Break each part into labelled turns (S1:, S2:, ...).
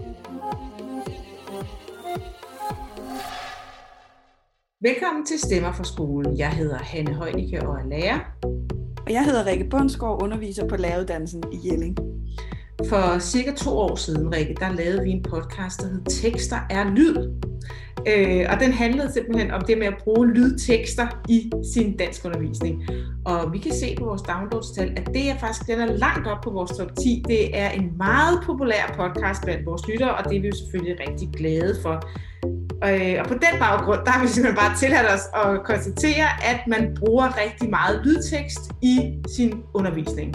S1: Velkommen til Stemmer fra skolen. Jeg hedder Hanne Heunicke og er lærer.
S2: Og jeg hedder Rikke Bundsgaard, underviser på læreruddannelsen i Jelling.
S1: For cirka 2 år siden, Rikke, der lavede vi en podcast, der hed Tekster er lyd. Og den handlede simpelthen om det med at bruge lydtekster i sin danskundervisning. Og vi kan se på vores downloadstal, at det er faktisk, den er langt op på vores top 10. Det er en meget populær podcast blandt vores lyttere, og det er vi jo selvfølgelig rigtig glade for. Og på den baggrund, der har vi simpelthen bare tilladt os at konstatere, at man bruger rigtig meget lydtekst i sin undervisning.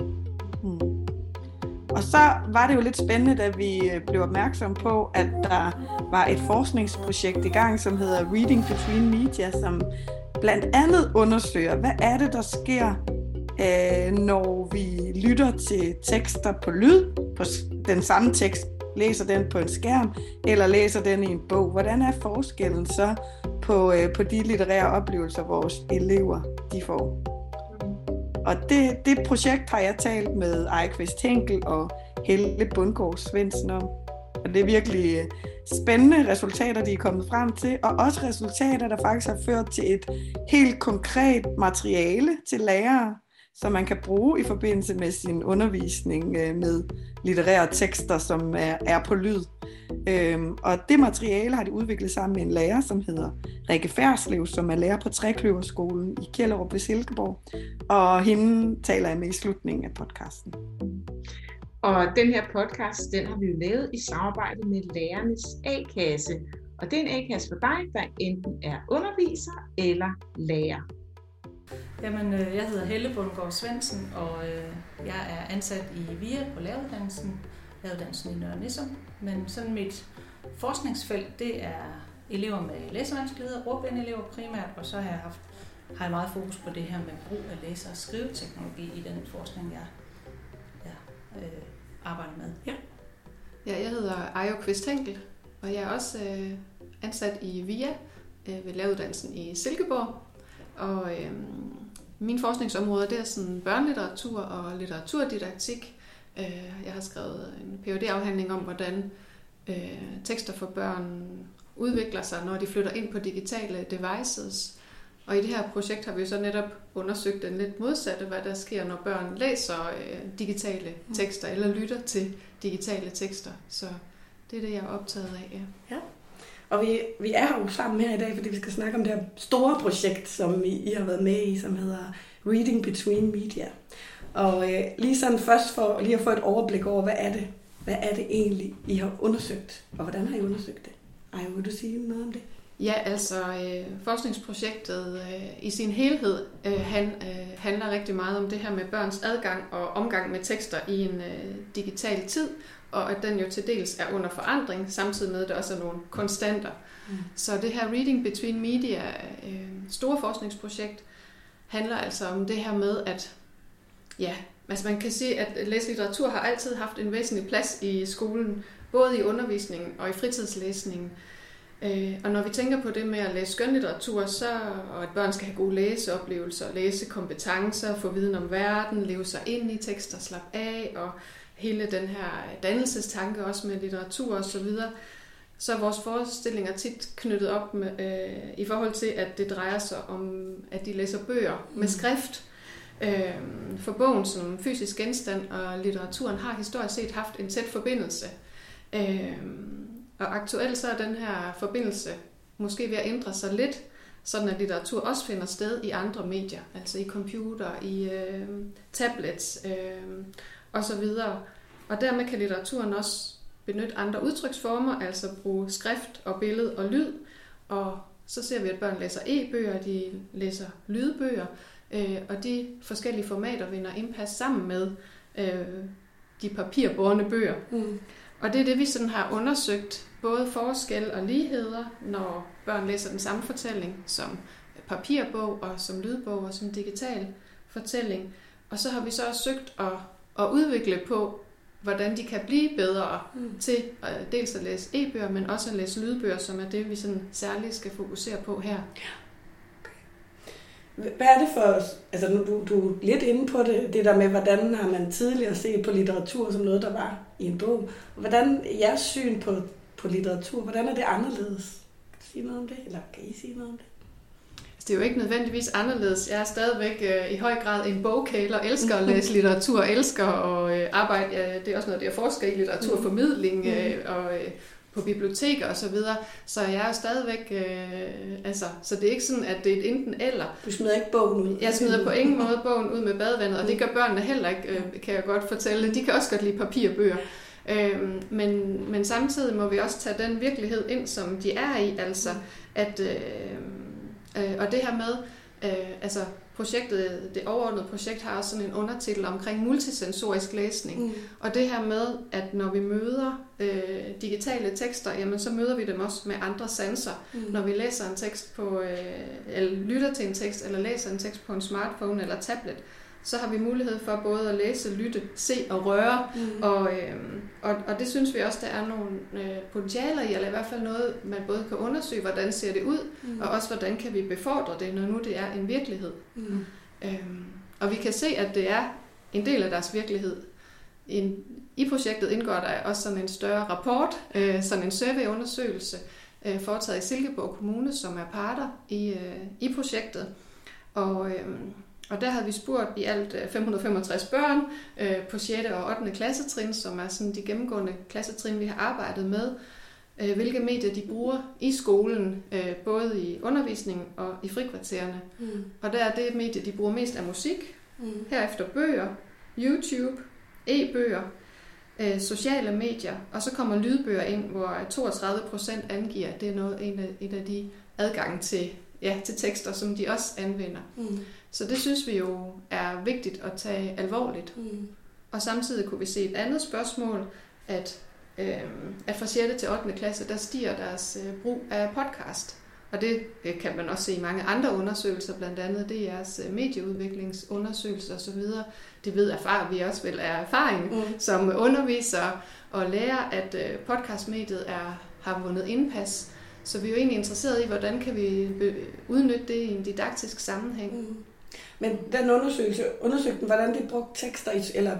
S2: Og så var det jo lidt spændende, da vi blev opmærksom på, at der var et forskningsprojekt i gang, som hedder Reading Between Media, som blandt andet undersøger, hvad er det, der sker, når vi lytter til tekster på lyd, på den samme tekst, læser den på en skærm, eller læser den i en bog. Hvordan er forskellen så på de litterære oplevelser, vores elever de får? Og det projekt har jeg talt med Aya Kvist Henkel og Helle Bundgaard Svendsen om. Og det er virkelig spændende resultater, de er kommet frem til, og også resultater, der faktisk har ført til et helt konkret materiale til lærere, som man kan bruge i forbindelse med sin undervisning med litterære tekster, som er på lyd. Og det materiale har de udviklet sammen med en lærer, som hedder Rikke Ferslev, som er lærer på Trekløverskolen i Kjellerup ved Silkeborg. Og hende taler jeg med i slutningen af podcasten.
S1: Og den her podcast, den har vi jo lavet i samarbejde med Lærernes A-kasse. Og det er en A-kasse for dig, der enten er underviser eller lærer.
S3: Jamen, jeg hedder Helle Bundgaard Svendsen, og jeg er ansat i VIA på læreruddannelsen i Nørre Nissum. Men sådan mit forskningsfelt, det er elever med læsevanskeligheder, ordblindeelever primært, og så har jeg meget fokus på det her med brug af læse- og skriveteknologi i den forskning, jeg arbejder med.
S4: Ja, jeg hedder Aya Kvist Henkel, og jeg er også ansat i VIA ved læreruddannelsen i Silkeborg. Og mine forskningsområder, det er sådan børnelitteratur og litteraturdidaktik. Jeg har skrevet en Ph.D.-afhandling om, hvordan tekster for børn udvikler sig, når de flytter ind på digitale devices. Og i det her projekt har vi så netop undersøgt den lidt modsatte, hvad der sker, når børn læser digitale tekster eller lytter til digitale tekster. Så det er det, jeg er optaget af.
S5: Ja. Og vi er her jo sammen her i dag, fordi vi skal snakke om det her store projekt, som I har været med i, som hedder Reading Between Media. Og lige sådan først for lige at få et overblik over, hvad er det egentlig, I har undersøgt, og hvordan har I undersøgt det? Ej, vil du sige noget om det?
S4: Ja, altså forskningsprojektet i sin helhed handler rigtig meget om det her med børns adgang og omgang med tekster i en digital tid, og at den jo til dels er under forandring, samtidig med at der også er nogle konstanter. Så det her Reading Between Media, store forskningsprojekt, handler altså om det her med, at altså man kan sige, at læselitteratur har altid haft en væsentlig plads i skolen, både i undervisningen og i fritidslæsningen. Og når vi tænker på det med at læse skønlitteratur, og at børn skal have gode læseoplevelser, læsekompetencer, få viden om verden, leve sig ind i tekster, slappe af, og hele den her dannelsestanke også med litteratur og så videre, så er vores forestillinger tit knyttet op med, i forhold til, at det drejer sig om, at de læser bøger med skrift. For bogen som fysisk genstand og litteraturen har historisk set haft en tæt forbindelse. Og aktuelt så er den her forbindelse måske ved at ændre sig lidt, sådan at litteratur også finder sted i andre medier, altså i computer, i tablets og så videre. Og dermed kan litteraturen også benytte andre udtryksformer, altså bruge skrift og billede og lyd. Og så ser vi, at børn læser e-bøger, de læser lydbøger, og de forskellige formater vinder indpas sammen med de papirbårne bøger. Og det er det, vi sådan har undersøgt, både forskel og ligheder, når børn læser den samme fortælling som papirbog og som lydbog og som digital fortælling. Og så har vi så også søgt at udvikle på, hvordan de kan blive bedre til dels at læse e-bøger, men også at læse lydbøger, som er det, vi sådan særligt skal fokusere på her.
S5: Hvad er det for, altså du er lidt inde på det der med, hvordan har man tidligere set på litteratur som noget, der var i en bog. Hvordan er jeres syn på litteratur, hvordan er det anderledes? Kan du sige noget om det, eller kan I sige noget om det?
S4: Det er jo ikke nødvendigvis anderledes. Jeg er stadigvæk i høj grad en bogkæler, elsker at læse litteratur, elsker at arbejde. Det er også noget, jeg forsker i litteraturformidling og på biblioteker og så videre. Så jeg er stadigvæk, så det er ikke sådan, at det er et enten eller.
S5: Du smider ikke bogen ud?
S4: Jeg smider på ingen måde bogen ud med badevandet, og det gør børnene heller ikke, kan jeg godt fortælle. De kan også godt lide papirbøger. Men samtidig må vi også tage den virkelighed ind, som de er i, altså at og det her med, projektet, det overordnede projekt har også sådan en undertitel omkring multisensorisk læsning. Og det her med, at når vi møder digitale tekster, jamen så møder vi dem også med andre sanser. Når vi læser en tekst på, eller lytter til en tekst, eller læser en tekst på en smartphone eller tablet, så har vi mulighed for både at læse, lytte, se og røre. Og det synes vi også, der er nogle potentialer i, eller i hvert fald noget, man både kan undersøge, hvordan ser det ud, og også hvordan kan vi befordre det, når nu det er en virkelighed. Og vi kan se, at det er en del af deres virkelighed. I projektet indgår der også sådan en større rapport, sådan en surveyundersøgelse, foretaget i Silkeborg Kommune, som er parter i projektet. Og der havde vi spurgt i alt 565 børn på 6. og 8. klassetrin, som er sådan de gennemgående klassetrin, vi har arbejdet med, hvilke medier de bruger i skolen, både i undervisningen og i frikvartererne. Og der er det medie, de bruger mest af musik, herefter bøger, YouTube, e-bøger, sociale medier, og så kommer lydbøger ind, hvor 32% angiver, at det er en af de adgange til tekster, som de også anvender. Så det synes vi jo er vigtigt at tage alvorligt. Og samtidig kunne vi se et andet spørgsmål, at fra 6. til 8. klasse, der stiger deres brug af podcast. Og det kan man også se i mange andre undersøgelser, blandt andet det er jeres medieudviklingsundersøgelser osv. Det ved vi også vel af erfaring som undervisere og lærer, at podcastmediet har vundet indpas. Så vi er jo egentlig interesseret i, hvordan kan vi udnytte det i en didaktisk sammenhæng.
S5: Men den undersøgte hvordan de brugte tekster, eller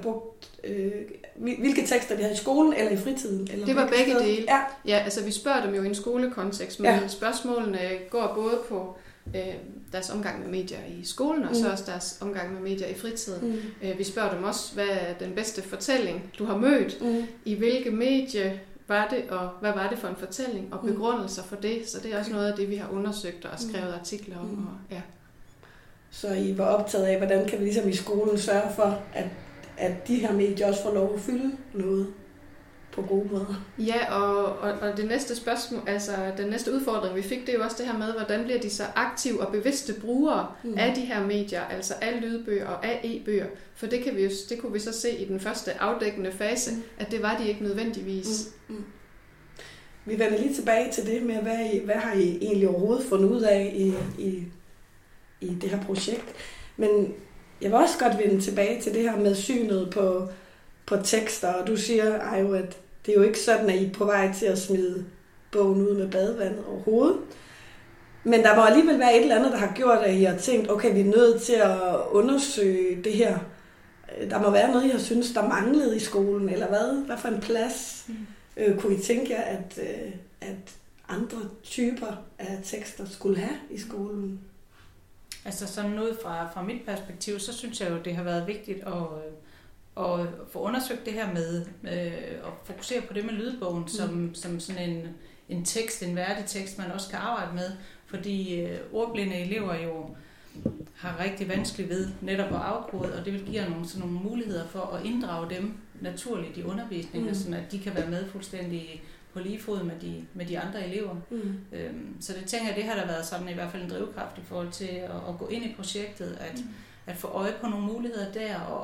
S5: hvilke tekster de havde i skolen eller i fritiden? Eller
S4: det var begge dele. Ja, altså vi spørger dem jo i en skolekontekst, men spørgsmålene går både på deres omgang med medier i skolen, og så også deres omgang med medier i fritiden. Vi spørger dem også, hvad er den bedste fortælling, du har mødt, i hvilke medie var det, og hvad var det for en fortælling, og begrundelser for det. Så det er også noget af det, vi har undersøgt og skrevet artikler om.
S5: Så I var optaget af, hvordan kan vi ligesom i skolen sørge for, at de her medier også får lov at fylde noget på gode måder?
S4: Ja, og det næste spørgsmål, altså den næste udfordring, vi fik, det er jo også det her med, hvordan bliver de så aktive og bevidste brugere af de her medier, altså af lydbøger og af e-bøger. For det kunne vi så se i den første afdækkende fase, at det var de ikke nødvendigvis.
S5: Vi vender lige tilbage til det med, hvad har I egentlig overhovedet fundet ud af i det her projekt. Men jeg vil også godt vende tilbage til det her med synet på tekster, og du siger, at det er jo ikke sådan, at I er på vej til at smide bogen ud med badevandet overhovedet. Men der må alligevel være et eller andet, der har gjort, at I har tænkt, okay, vi er nødt til at undersøge det her. Der må være noget, I har synes, der manglede i skolen, eller hvad? Hvad for en plads kunne I tænke jer, at andre typer af tekster skulle have i skolen?
S3: Altså sådan ud fra mit perspektiv, så synes jeg jo, det har været vigtigt at få undersøgt det her med at fokusere på det med lydbogen som sådan en tekst, en værdig tekst, man også kan arbejde med, fordi ordblinde elever jo har rigtig vanskeligt ved netop at afkode, og det vil give nogle muligheder for at inddrage dem naturligt i undervisningen, sådan at de kan være med fuldstændig på lige fod med de andre elever. Så det tænker jeg, det har der været sådan i hvert fald en drivkraft i forhold til at gå ind i projektet, at få øje på nogle muligheder der, og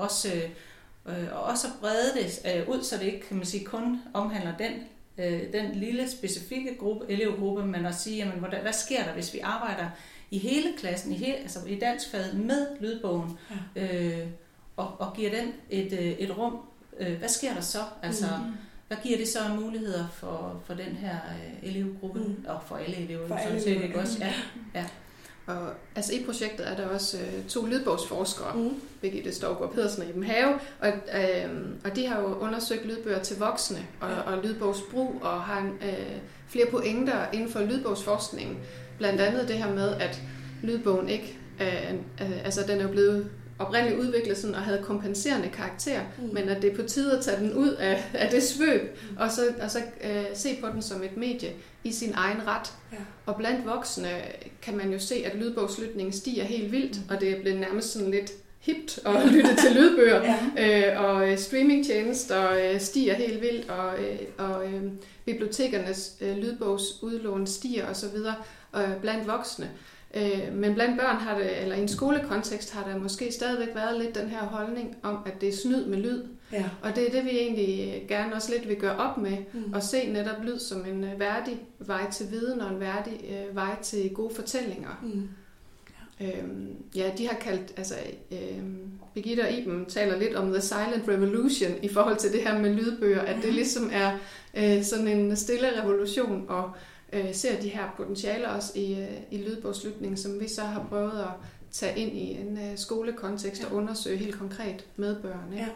S3: også at brede det ud, så det ikke, kan man sige, kun omhandler den lille specifikke elevgruppe, men at sige, jamen, hvad sker der, hvis vi arbejder i hele klassen, altså i danskfaget med lydbogen, og giver den et rum. Hvad sker der så? Altså, hvad giver det så muligheder for den her elevgruppe, og for alle elever?
S5: For alle elever.
S3: Ikke også? Ja.
S4: Og altså i projektet er der også 2 lydbogsforskere, Birgitte Stougaard Pedersen og Iben Have, og de har jo undersøgt lydbøger til voksne og lydbogsbrug, og har flere pointer inden for lydbogsforskningen. Blandt andet det her med, at lydbogen ikke, altså den er jo blevet oprindeligt udviklet sådan og havde kompenserende karakter, men at det er på tide at tage den ud af det svøb, og så se på den som et medie i sin egen ret. Ja. Og blandt voksne kan man jo se, at lydbogslytningen stiger helt vildt, og det er blevet nærmest sådan lidt hipt at lytte til lydbøger, og streamingtjenester stiger helt vildt, og bibliotekernes lydbogsudlån stiger osv. Blandt voksne. Men blandt børn har det, eller i en skolekontekst har der måske stadigvæk været lidt den her holdning om, at det er snyd med lyd. Ja. Og det er det, vi egentlig gerne også lidt vil gøre op med, og se netop lyd som en værdig vej til viden og en værdig vej til gode fortællinger. De har kaldt, altså Birgitte og Iben taler lidt om The Silent Revolution i forhold til det her med lydbøger, at det ligesom er sådan en stille revolution, og ser de her potentialer også i lydbogslytningen, som vi så har prøvet at tage ind i en skolekontekst og undersøge helt konkret med børn.
S5: Ja.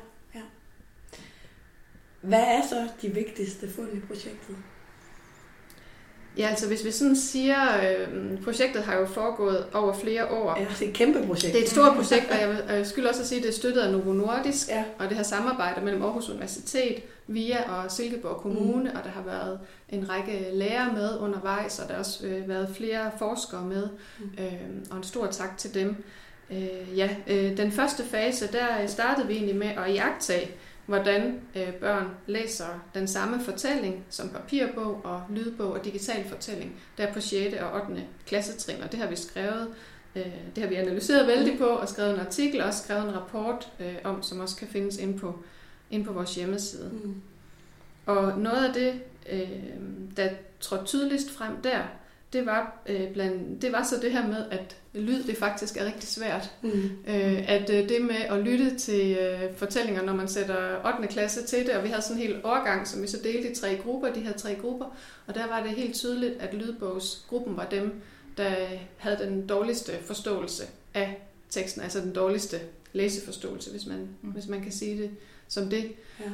S5: Hvad er så de vigtigste fund i projektet?
S4: Ja, altså hvis vi sådan siger, projektet har jo foregået over flere år.
S5: Ja, det er et kæmpe projekt.
S4: Det er et stort projekt, og jeg skylder også at sige, at det er støttet af Novo Nordisk, og det har samarbejdet mellem Aarhus Universitet, VIA og Silkeborg Kommune, og der har været en række lærere med undervejs, og der har også været flere forskere med, og en stor tak til dem. Den første fase, der startede vi egentlig med at iagttage, hvordan børn læser den samme fortælling som papirbog og lydbog og digital fortælling, der på 6. og 8. klassetrin, og det har vi skrevet, det har vi analyseret vældig på, og skrevet en artikel, og også skrevet en rapport om, som også kan findes inde på vores hjemmeside. Og noget af det, der trådte tydeligst frem der, det var så det her med, at lyd det faktisk er rigtig svært. At det med at lytte til fortællinger, når man sætter 8. klasse til det, og vi havde sådan en hel årgang, som vi så delte i 3 grupper, de her 3 grupper, og der var det helt tydeligt, at lydbogsgruppen var dem, der havde den dårligste forståelse af teksten, altså den dårligste læseforståelse, hvis man kan sige det som det.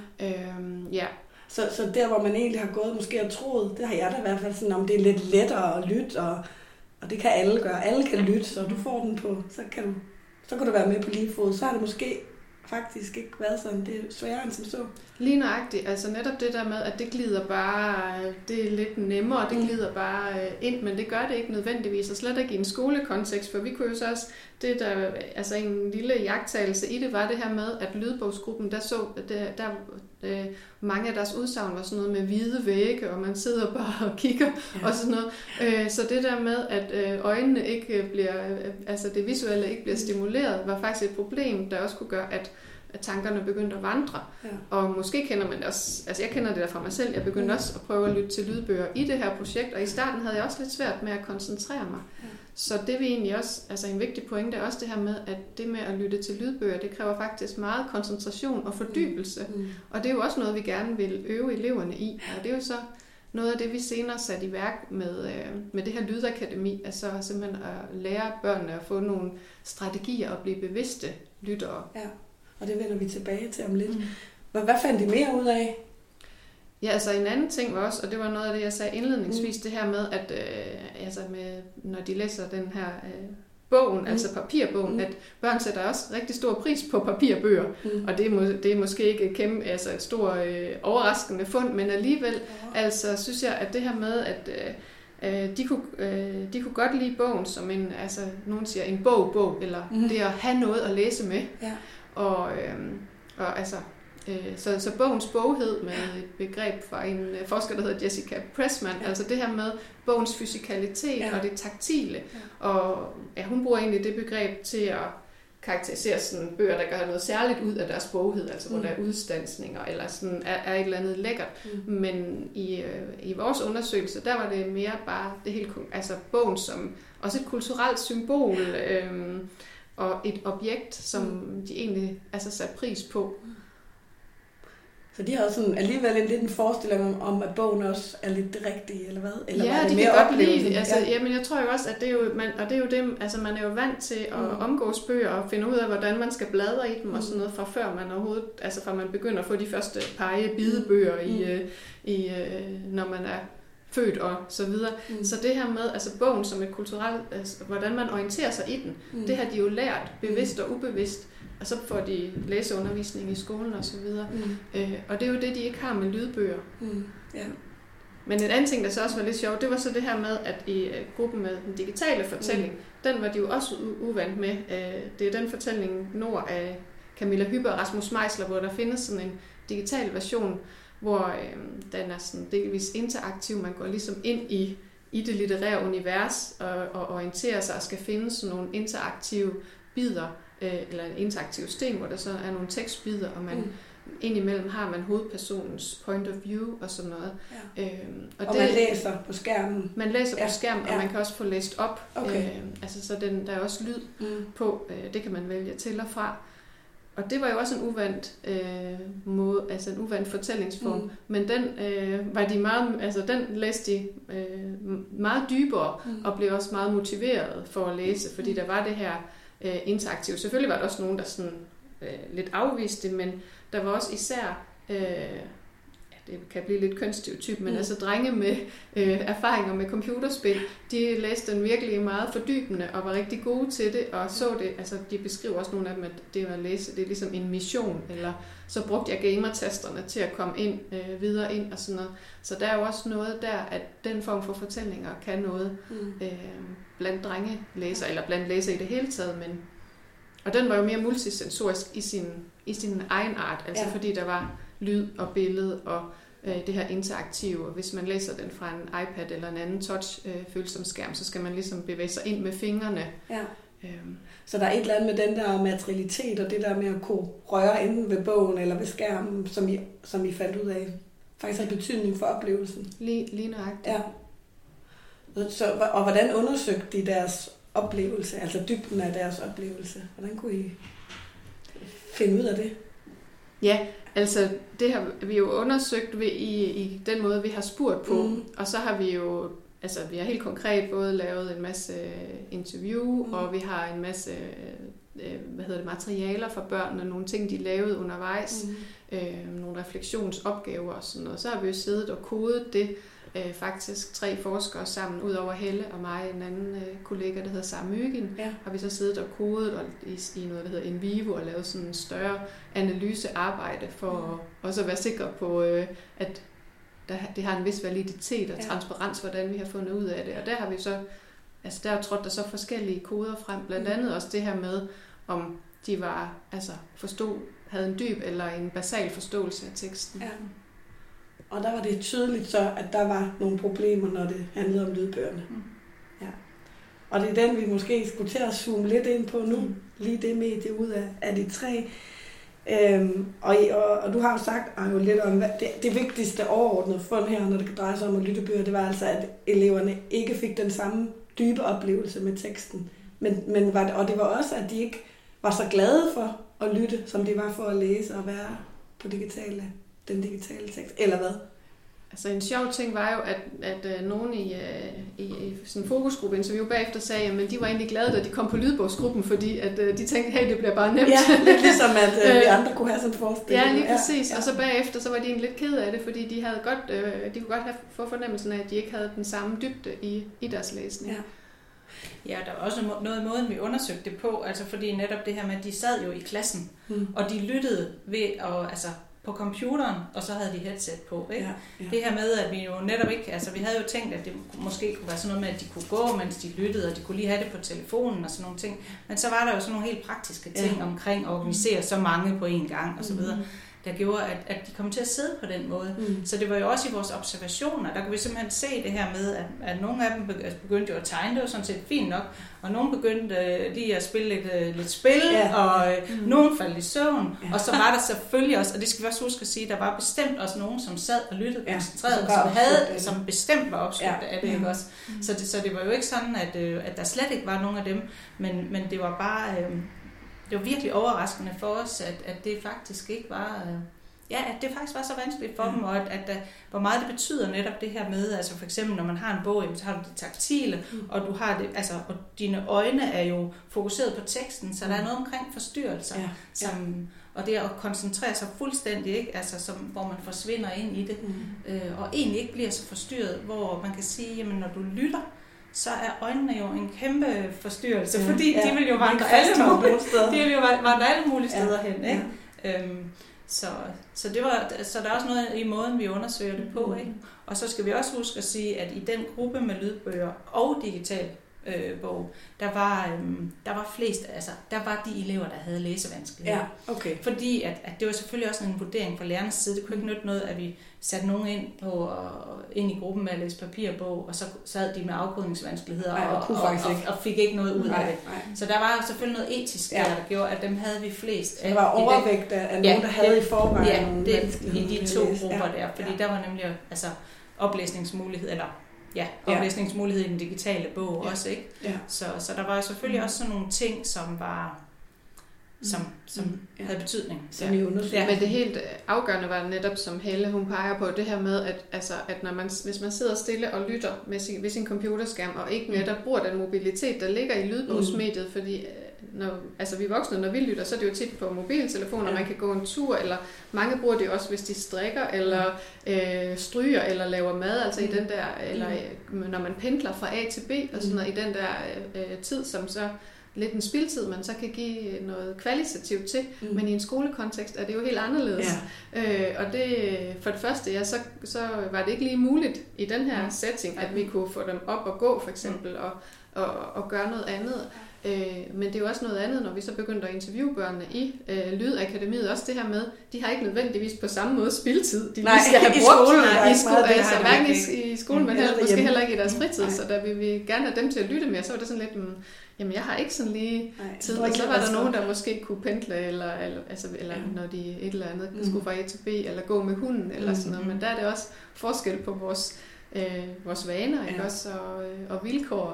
S5: Så der, hvor man egentlig har gået måske og troet, det har jeg da i hvert fald sådan, om det er lidt lettere at lytte, og det kan alle gøre. Alle kan lytte, så du får den på, så kan du være med på lige fod. Så har det måske faktisk ikke været sådan. Det er sværere end som så.
S4: Lige nøjagtigt. Altså netop det der med, at det glider bare, det er lidt nemmere, det glider bare ind, men det gør det ikke nødvendigvis, og slet ikke i en skolekontekst, for vi kunne jo så også, det der, altså en lille iagttagelse i det, var det her med, at lydbogsgruppen, der mange af deres udsagn var sådan noget med hvide vægge, og man sidder bare og kigger, og sådan noget. Så det der med, at øjnene ikke bliver, altså det visuelle ikke bliver stimuleret, var faktisk et problem, der også kunne gøre, at tankerne begyndte at vandre. Ja. Og måske kender man det også, altså jeg kender det der fra mig selv, jeg begyndte også at prøve at lytte til lydbøger i det her projekt, og i starten havde jeg også lidt svært med at koncentrere mig. Ja. Så det vi egentlig også, altså en vigtig pointe er også det her med, at det med at lytte til lydbøger, det kræver faktisk meget koncentration og fordybelse. Og det er jo også noget, vi gerne vil øve eleverne i, og det er jo så noget af det, vi senere satte i værk med det her lydakademi, altså simpelthen at lære børnene at få nogle strategier og blive bevidste lyttere. Ja.
S5: Og det vender vi tilbage til om lidt. Hvad fandt I mere ud af?
S4: Ja, altså en anden ting var også, og det var noget af det, jeg sagde indledningsvis, det her med, at når de læser den her bogen, altså papirbogen, at børn sætter også rigtig stor pris på papirbøger. Og det er måske ikke kæmpe, altså et stort overraskende fund, men alligevel altså synes jeg, at det her med, at de kunne godt lide bogen som en, altså nogen siger en bog, eller det at have noget at læse med. Ja. Og altså, så bogens boghed med et begreb fra en forsker, der hedder Jessica Pressman, altså det her med bogens fysikalitet og det taktile. Og hun bruger egentlig det begreb til at karakterisere sådan bøger, der gør noget særligt ud af deres boghed, altså hvor der er udstansninger, eller sådan er et eller andet lækkert. Men i vores undersøgelse, der var det mere bare det hele, altså bogen som også et kulturelt symbol, og et objekt, som de egentlig altså satte pris på.
S5: Så de har også sådan alligevel en forestilling om, at bogen også er lidt det rigtige, eller hvad? Eller
S4: ja, de kan godt lide det. Altså, jamen, jeg tror jo også, at det er jo, man er jo vant til at omgås bøger og finde ud af, hvordan man skal bladre i dem og sådan noget, fra før man overhovedet, altså fra man begynder at få de første bidebøger når man er født og så videre. Så det her med, altså bogen som et kulturelt, altså, hvordan man orienterer sig i den, det har de jo lært, bevidst og ubevidst. Og så får de læseundervisning i skolen og så videre. Og det er jo det, de ikke har med lydbøger.
S5: Ja.
S4: Men en anden ting, der så også var lidt sjovt, det var så det her med, at i gruppen med den digitale fortælling, den var de jo også uvant med. Det er den fortælling Nord af Camilla Hübbe og Rasmus Meisler, hvor der findes sådan en digital version, hvor den er sådan delvis interaktiv. Man går ligesom ind i det litterære univers og orienterer sig og skal finde sådan nogle interaktive bidder, eller en interaktiv sten, hvor der så er nogle tekstbidder, og man indimellem har man hovedpersonens point of view og sådan noget.
S5: Ja. Og man læser på skærmen.
S4: Man læser på skærmen, og man kan også få læst op. Okay. Så der er også lyd på. Det kan man vælge til og fra. Og det var jo også en uvandt måde, altså en uvandt fortællingsform. Men den var de meget, altså den læste de meget dybere og blev også meget motiveret for at læse, fordi der var det her interaktivt. Selvfølgelig var der også nogen, der sådan lidt afviste det, men der var også især, det kan blive lidt kønsstereotyp, men altså drenge med erfaringer med computerspil, de læste den virkelig meget fordybende og var rigtig gode til det, og så det, altså de beskriver også nogle af dem, at det at læse, det er ligesom en mission, eller så brugte jeg gamertasterne til at komme ind, videre ind og sådan noget. Så der er jo også noget der, at den form for fortællinger kan noget blandt drengelæser, eller blandt læser i det hele taget, men og den var jo mere multisensorisk i sin egen art, altså fordi der var lyd og billede og det her interaktive, og hvis man læser den fra en iPad eller en anden touch-følsom skærm, så skal man ligesom bevæge sig ind med fingrene. Ja.
S5: Så der er et eller andet med den der materialitet, og det der med at kunne røre enten ved bogen eller ved skærmen, som I fandt ud af, faktisk har betydning for oplevelsen.
S4: Lige nøjagtigt.
S5: Ja. Og hvordan undersøgte de deres oplevelse, altså dybden af deres oplevelse? Hvordan kunne I finde ud af det?
S4: Ja, altså det har vi jo undersøgt i den måde, vi har spurgt på, og så har vi jo, altså vi har helt konkret både lavet en masse interview, og vi har en masse materialer for børnene, nogle ting, de lavede undervejs, nogle refleksionsopgaver og sådan noget. Så har vi jo siddet og kodet det, faktisk 3 forskere sammen, ud over Helle og mig, en anden kollega, der hedder Sara Møgen, har vi så siddet og kodet og i noget, der hedder Invivo, og lavet sådan en større analysearbejde for også at være sikre på, at det har en vis validitet og transparens, hvordan vi har fundet ud af det. Og der har vi så, altså der trådte der så forskellige koder frem, blandt andet også det her med, om de var, altså havde en dyb eller en basal forståelse af teksten. Ja.
S5: Og der var det tydeligt så, at der var nogle problemer, når det handlede om lydbøgerne. Ja. Og det er den, vi måske skulle til at zoome lidt ind på nu. Lige det medie ud af de 3. Og du har jo sagt jo lidt om, det vigtigste overordnede fund her, når det kan dreje sig om at lytte bøger, det var altså, at eleverne ikke fik den samme dybe oplevelse med teksten. Men og det var også, at de ikke var så glade for at lytte, som de var for at læse og være på den digitale tekst, eller hvad?
S4: Altså en sjov ting var jo, at nogen i sådan en fokusgruppe-interview bagefter sagde, at de var egentlig glade, da de kom på lydbogsgruppen, fordi at de tænkte, hey, det bliver bare nemt.
S5: Ja, lidt ligesom at vi andre kunne have sådan en forestilling.
S4: Ja, lige præcis. Ja. Og så bagefter, så var de egentlig lidt ked af det, fordi de kunne godt få fornemmelsen af, at de ikke havde den samme dybde i deres læsning. Ja.
S3: Ja, der var også noget måden, vi undersøgte det på, altså fordi netop det her med, at de sad jo i klassen, og de lyttede ved at, på computeren, og så havde de headset på. Ikke? Ja. Det her med, at vi jo netop ikke, altså vi havde jo tænkt, at det måske kunne være sådan noget med, at de kunne gå, mens de lyttede, og de kunne lige have det på telefonen og sådan nogle ting. Men så var der jo sådan nogle helt praktiske ting omkring at organisere så mange på en gang og så videre, der gjorde, at de kom til at sidde på den måde. Så det var jo også i vores observationer, der kunne vi simpelthen se det her med, at nogle af dem begyndte jo at tegne, det var sådan set fint nok, og nogle begyndte lige at spille lidt spil, og nogle faldt i søvn, og så var der selvfølgelig også, og det skal vi også huske at sige, der var bestemt også nogen, som sad og lyttede koncentreret, som bestemt var opslugt af det, ikke også? Så det var jo ikke sådan, at der slet ikke var nogen af dem, men det var bare... Det var virkelig overraskende for os, at det faktisk ikke var at det faktisk var så vanskeligt for dem, og hvor meget det betyder netop det her med, altså for eksempel når man har en bog, så har du det taktile, og du har det, altså, og dine øjne er jo fokuseret på teksten, så der er noget omkring forstyrrelser, og det at koncentrere sig fuldstændig, ikke? Altså, hvor man forsvinder ind i det, og egentlig ikke bliver så forstyrret, hvor man kan sige, jamen når du lytter, så er øjnene jo en kæmpe forstyrrelse, fordi de vil jo vandre alle mulige steder hen, ikke? Så der er også noget i måden, vi undersøger det på, ikke? Og så skal vi også huske at sige, at i den gruppe med lydbøger og digital bog, der var flest, altså der var de elever, der havde læsevanskeligheder.
S5: Ja, okay.
S3: Fordi at det var selvfølgelig også en vurdering fra lærernes side. Det kunne ikke nytte noget, at vi satte nogen ind i gruppen med at læse papirbog, og så sad de med afkodningsvanskeligheder og fik ikke noget ud af det. Så der var selvfølgelig noget etisk der gjorde, at dem havde vi flest.
S5: Det var overvægt af nogen, der havde i forvejen
S3: i de to grupper der, fordi der var nemlig altså oplæsningsmulighed, oplæsningsmulighed i den digitale bog også, ikke? Ja. Så der var selvfølgelig også sådan nogle ting, som var som havde betydning.
S4: Men det helt afgørende var netop, som Helle hun peger på, det her med, at hvis man sidder stille og lytter ved sin computerskærm, og ikke netop bruger den mobilitet, der ligger i lydbogsmediet, fordi vi voksne, når vi lytter, så er det jo tit på mobiltelefoner, man kan gå en tur, eller mange bruger det også, hvis de strikker, eller stryger, eller laver mad, altså i den der, eller når man pendler fra A til B, og sådan noget, i den der tid, som så lidt en spildtid, man så kan give noget kvalitativt til, men i en skolekontekst er det jo helt anderledes. Ja. Og det, for det første, så var det ikke lige muligt i den her setting, at vi kunne få dem op og gå, for eksempel, og gøre noget andet. Men det er jo også noget andet, når vi så begyndte at interviewe børnene i Lydakademiet, også det her med, de har ikke nødvendigvis på samme måde spildtid, de skal have brugt hverken i skolen, men måske heller ikke i deres fritid, så der vil vi gerne have dem til at lytte mere, så var det sådan lidt, jamen jeg har ikke sådan lige tid, og så var der nogen, der måske kunne pendle, eller når de et eller andet skulle fra A til B, eller gå med hunden, eller sådan noget, men der er det også forskel på vores vaner, ikke også, og vilkår,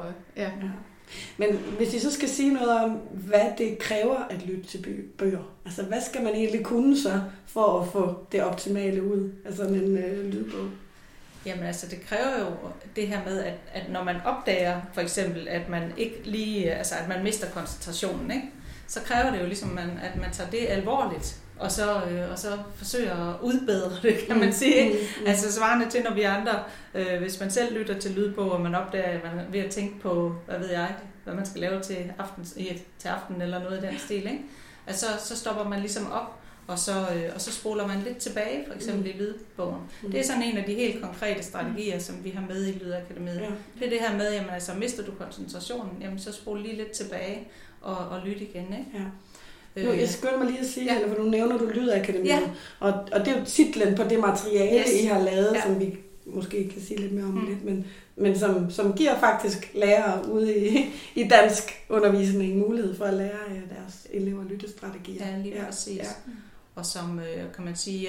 S5: Men hvis I så skal sige noget om, hvad det kræver at lytte til bøger, altså hvad skal man egentlig kunne så, for at få det optimale ud af sådan en lydbog?
S3: Jamen altså, det kræver jo det her med, at når man opdager for eksempel, at man ikke lige, altså at man mister koncentrationen, ikke? Så kræver det jo ligesom, at man tager det alvorligt, og så forsøger at udbedre det, kan man sige. Altså svarende til, når vi andre, hvis man selv lytter til lydbog, og man opdager, at man er ved at tænke på, hvad man skal lave til aften eller noget i den stil, ikke? Altså, så stopper man ligesom op, og så spoler man lidt tilbage, for eksempel i lydbogen. Det er sådan en af de helt konkrete strategier, som vi har med i Lydakademiet. Ja. Det er det her med, jamen altså, mister du koncentrationen, jamen så spol lige lidt tilbage og lyt igen, ikke? Ja.
S5: Nu, jeg skynder mig lige at sige, for nu nævner du Lydakademiet, og det er jo titlen på det materiale, I har lavet, som vi måske kan sige lidt mere om lidt, men som giver faktisk lærere ude i dansk undervisning mulighed for at lære deres elever lyttestrategier.
S3: Ja, lige præcis. Ja. Og som, kan man sige,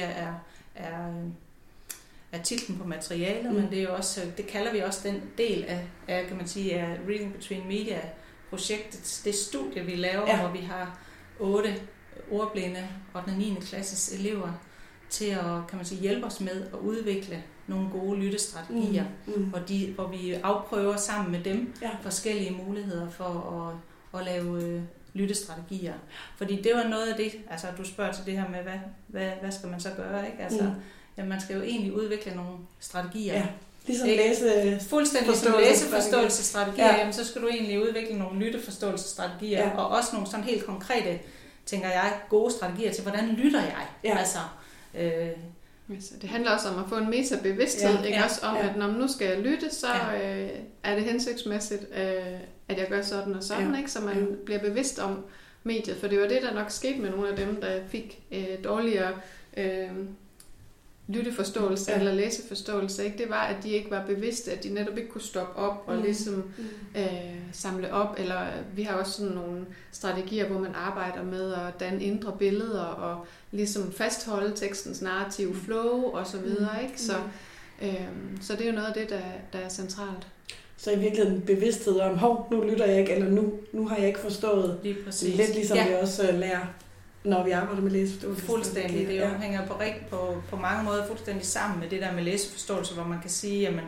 S3: er titlen på materialet, men det er jo også, det kalder vi også den del af kan man sige, af Reading Between Media projektet, det studie, vi laver, hvor vi har 8 ordblinde og 9. klasses elever til at, kan man sige, hjælpe os med at udvikle nogle gode lyttestrategier, hvor vi afprøver sammen med dem forskellige muligheder for at lave lyttestrategier. Fordi det var noget af det, altså du spørger til det her med, hvad skal man så gøre, ikke? Altså, jamen, man skal jo egentlig udvikle nogle strategier. Ja.
S5: Ligesom
S3: fuldstændig som læseforståelsesstrategier, jamen, så skal du egentlig udvikle nogle lytteforståelsesstrategier, og også nogle sådan helt konkrete, tænker jeg, gode strategier til, hvordan lytter jeg? Ja. Altså,
S4: det handler også om at få en metabevidsthed, ikke også om, at når man nu skal lytte, så er det hensigtsmæssigt, at jeg gør sådan og sådan, ikke? Så man bliver bevidst om mediet, for det var det, der nok skete med nogle af dem, der fik dårligere lytteforståelse eller læseforståelse, ikke? Det var, at de ikke var bevidste, at de netop ikke kunne stoppe op og ligesom samle op, eller vi har også sådan nogle strategier, hvor man arbejder med at danne indre billeder og ligesom fastholde tekstens narrative flow og så videre, ikke? Så det er jo noget af det, der er centralt.
S5: Så i virkeligheden bevidsthed om, nu lytter jeg ikke, eller nu har jeg ikke forstået.
S3: Lige præcis.
S5: Lidt ligesom vi også lærer når vi arbejder med læseforståelse.
S3: Fuldstændig. Det hænger på mange måder fuldstændig sammen med det der med læseforståelse, hvor man kan sige, jamen,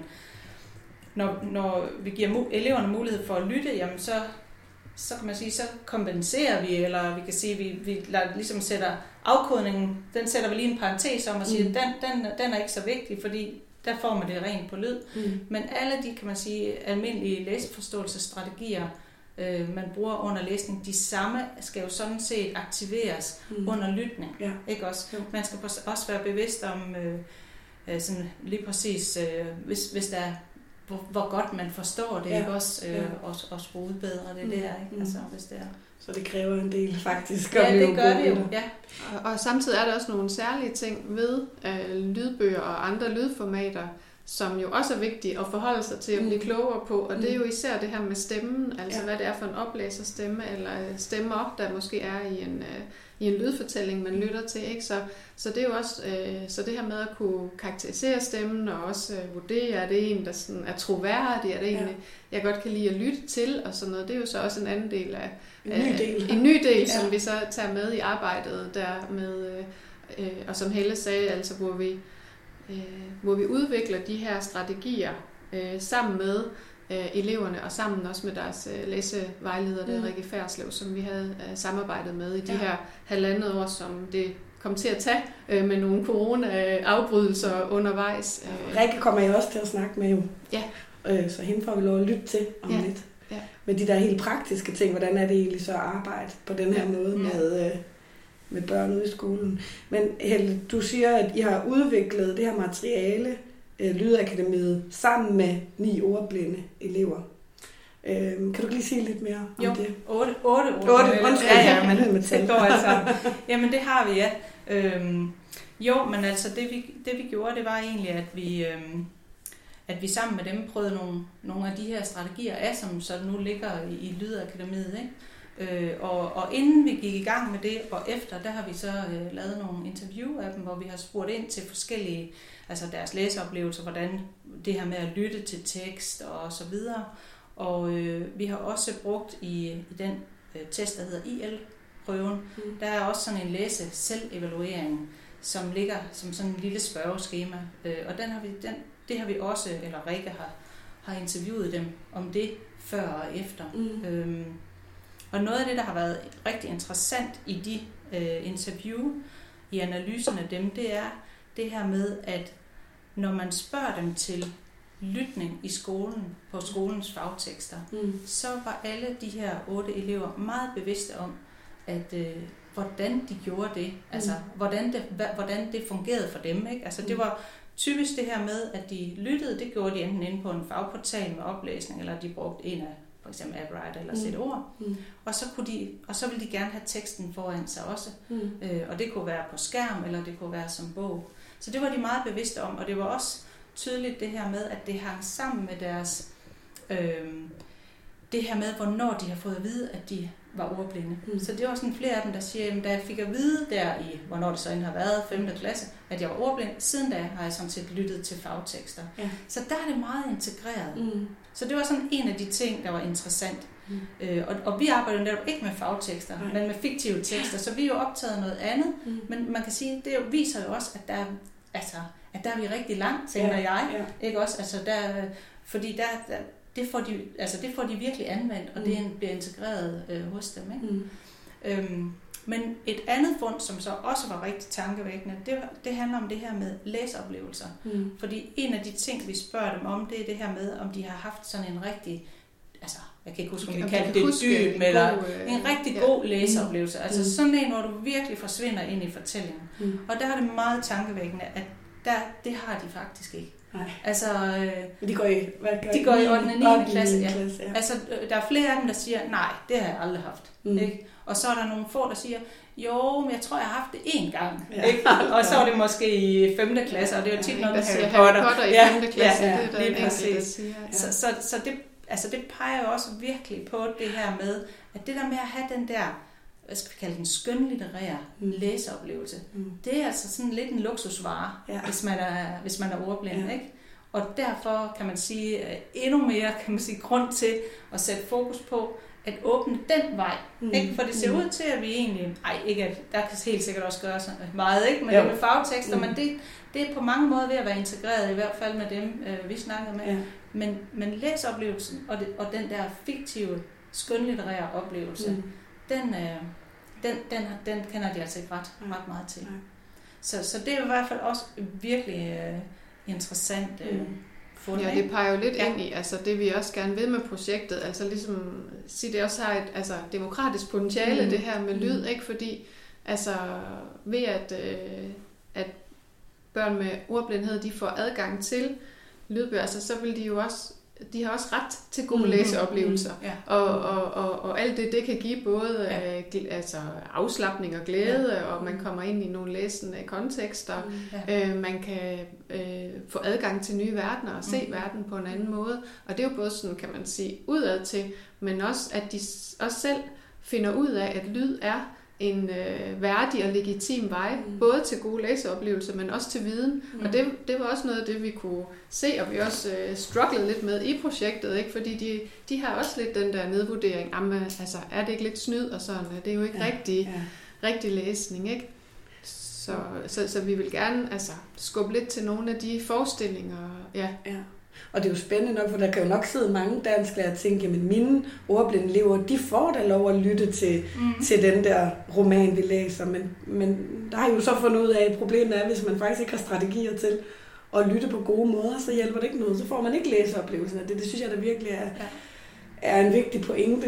S3: når vi giver eleverne mulighed for at lytte, jamen så kan man sige, så kompenserer vi, eller vi kan sige, vi ligesom sætter afkodningen, den sætter vi lige en parentes om og siger, den er ikke så vigtig, fordi der får man det rent på lyd. Men alle de, kan man sige, almindelige læseforståelsesstrategier, man bruger under læsning, de samme skal jo sådan set aktiveres under lytning. Ja. Ikke også? Jo. Man skal også være bevidst om sådan lige præcis, hvis der er, hvor godt man forstår det, ikke også? Og sproget bedre, det der, ikke? Altså, hvis det er.
S5: Så det kræver en del faktisk.
S3: Ja, det gør det jo. Ja.
S4: Og samtidig er der også nogle særlige ting ved lydbøger og andre lydformater, som jo også er vigtige at forholde sig til at blive klogere på. Og det er jo især det her med stemmen, altså hvad det er for en oplæserstemme, eller stemme op, der måske er i en lydfortælling, man lytter til. Ikke? Så det er jo også så det her med at kunne karakterisere stemmen, og også vurdere, er det en, der sådan er troværdig, er det en, jeg godt kan lide at lytte til, og sådan noget. Det er jo så også en anden del af en ny del, som vi så tager med i arbejdet der med, og som Helle sagde, altså hvor vi udvikler de her strategier sammen med eleverne, og sammen også med deres læsevejleder, det er Rikke Færslev, som vi havde samarbejdet med i de her 1,5 år, som det kom til at tage med nogle corona-afbrydelser undervejs.
S5: Rikke kommer jeg også til at snakke med jo. Ja. Så hende får vi lov at lytte til om lidt. Ja. Men de der helt praktiske ting, hvordan er det egentlig så at arbejde på den her måde med børn ude i skolen. Men Helle, du siger, at I har udviklet det her materiale, Lydakademiet, sammen med 9 ordblinde elever. Kan du lige sige lidt mere om det?
S3: 8
S5: Ja, man hører med tal.
S3: Det går altså. Jamen det har vi, ja. Jo, men altså det vi gjorde, det var egentlig, at vi sammen med dem prøvede nogle af de her strategier af, som så nu ligger i Lydakademiet, ikke? Og inden vi gik i gang med det, og efter, der har vi så lavet nogle interview af dem, hvor vi har spurgt ind til forskellige, altså deres læseoplevelser, hvordan det her med at lytte til tekst og så videre. Og vi har også brugt i den test, der hedder IL-prøven, der er også sådan en læse-selv-evaluering, som ligger som sådan en lille spørgeskema. Og det har vi også, eller Rikke har interviewet dem om det før og efter. Og noget af det, der har været rigtig interessant i de interview, i analysen af dem, det er det her med, at når man spørger dem til lytning i skolen, på skolens fagtekster, så var alle de her 8 elever meget bevidste om, at hvordan de gjorde det, altså hvordan det fungerede for dem. Ikke? Altså det var typisk det her med, at de lyttede, det gjorde de enten inde på en fagportal med oplæsning, eller de brugte en af for eksempel AppWriter eller sæt ord, og så ville de gerne have teksten foran sig også. Og det kunne være på skærm, eller det kunne være som bog. Så det var de meget bevidste om, og det var også tydeligt det her med, at det hang sammen med deres, det her med, hvornår de har fået at vide, at de var ordblinde. Så det var sådan flere af dem, der siger, at da jeg fik at vide der i, hvornår det så end har været, 5. klasse, at jeg var ordblind, siden da har jeg sådan set lyttet til fagtekster. Ja. Så der er det meget integreret. Så det var sådan en af de ting, der var interessant. Og vi arbejder netop ikke med fagtekster, men med fiktive tekster, så vi er jo optaget noget andet. Men man kan sige, det viser jo også, at der er vi rigtig langt, tænker jeg. Ikke også? Altså fordi det får de virkelig anvendt, og det bliver integreret hos dem. Ikke? Men et andet fund, som så også var rigtig tankevækkende, det handler om det her med læseoplevelser. Fordi en af de ting, vi spørger dem om, det er det her med, om de har haft sådan en rigtig, altså jeg kan ikke huske, om vi kalder det dyb, eller en rigtig god læseoplevelse. Altså sådan en, hvor du virkelig forsvinder ind i fortællingen. Og der er det meget tankevækkende, at det har de faktisk ikke.
S5: Nej.
S3: Altså,
S5: de går i
S3: 8. og 9. klasse. Ja. Altså, der er flere af dem, der siger, nej, det har jeg aldrig haft. Ikke? Og så er der nogle få, der siger, jo, men jeg tror, jeg har haft det 1 gang. Ikke? Og så er det måske i 5. klasse, og det er jo tit noget med
S4: Harry Potter i 5. klasse. Det er
S3: lige præcis. Så det peger jo også virkelig på det her med, at det der med at have den der, hvad skal vi kalde den, skønlitterære læseoplevelse, det er altså sådan lidt en luksusvare, hvis man er ordblind, ikke? Og derfor kan man sige endnu mere, kan man sige, grund til at sætte fokus på, at åbne den vej. Ikke? For det ser ud til, at vi egentlig... ikke at der kan helt sikkert også gøre så meget, ikke? Men det med fagtekster, men det er på mange måder ved at være integreret, i hvert fald med dem, vi snakkede med. Ja. Men læsoplevelsen og den der fiktive, skønlitterære oplevelse, den kender de altså ikke ret meget til. Så det er i hvert fald også virkelig interessant fund.
S4: Ja, det peger jo lidt ind i det, vi også gerne vil med projektet. Altså ligesom sige, det også har et demokratisk potentiale, det her med lyd, ikke? Fordi ved at børn med ordblindhed, de får adgang til lydbøger, så vil de jo også, de har også ret til gode læseoplevelser. Og alt det kan give både afslapning og glæde, og man kommer ind i nogle læsende kontekster. Man kan få adgang til nye verdener og se verden på en anden måde. Og det er jo både sådan, kan man sige, udad til, men også, at de også selv finder ud af, at lyd er en værdig og legitim vej, både til gode læseoplevelser, men også til viden. Og det var også noget af det, vi kunne se, og vi også strugglede lidt med i projektet, ikke? Fordi de har også lidt den der nedvurdering, er det ikke lidt snyd og sådan, det er jo ikke rigtig læsning, ikke? Så vi vil gerne skubbe lidt til nogle af de forestillinger. Ja.
S5: Og det er jo spændende nok, for der kan jo nok sidde mange danskere og tænke, jamen mine ordblinde elever, de får da lov at lytte til den der roman, vi læser. Men der har jo så fundet ud af, at problemet er, hvis man faktisk ikke har strategier til at lytte på gode måder, så hjælper det ikke noget. Så får man ikke læseoplevelsen af det. Det synes jeg, der virkelig er en vigtig pointe.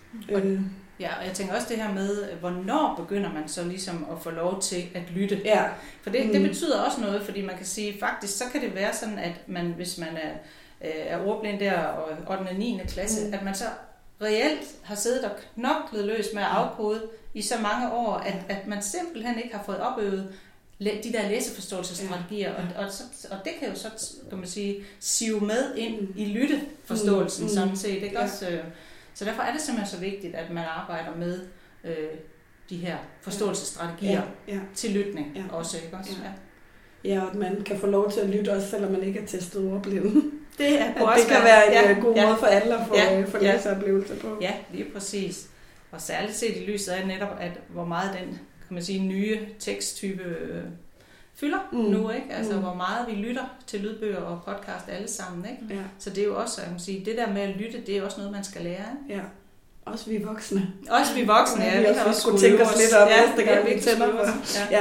S3: Ja, og jeg tænker også det her med, hvornår begynder man så ligesom at få lov til at lytte.
S5: Ja.
S3: For det betyder også noget, fordi man kan sige, faktisk så kan det være sådan, at man, hvis man er ordblind der og 8. og 9. klasse, at man så reelt har siddet og knoklet løs med at afkode i så mange år, at man simpelthen ikke har fået opøvet de der læseforståelsesstrategier, og det kan jo så, kan man sige, sive med ind i lytteforståelsen sådan set, ikke også? Så derfor er det simpelthen så vigtigt, at man arbejder med de her forståelsesstrategier til lytning også, ikke også?
S5: Ja, og at man kan få lov til at lytte også, selvom man ikke er testet ordblinde.
S3: Det
S5: kan være en god måde for alle at få læseoplevelser på. Ja,
S3: lige præcis. Og særligt set i lyset af netop, at hvor meget den, kan man sige, nye teksttype fylder nu, ikke? Altså hvor meget vi lytter til lydbøger og podcast alle sammen, ikke? Ja. Så det er jo også, kan man sige, det der med at lytte, det er også noget, man skal lære, ikke?
S5: Ja. Også vi voksne.
S3: Også vi voksne, ja.
S5: Vi også skulle tænke os lidt om næste gang, vi tænder på.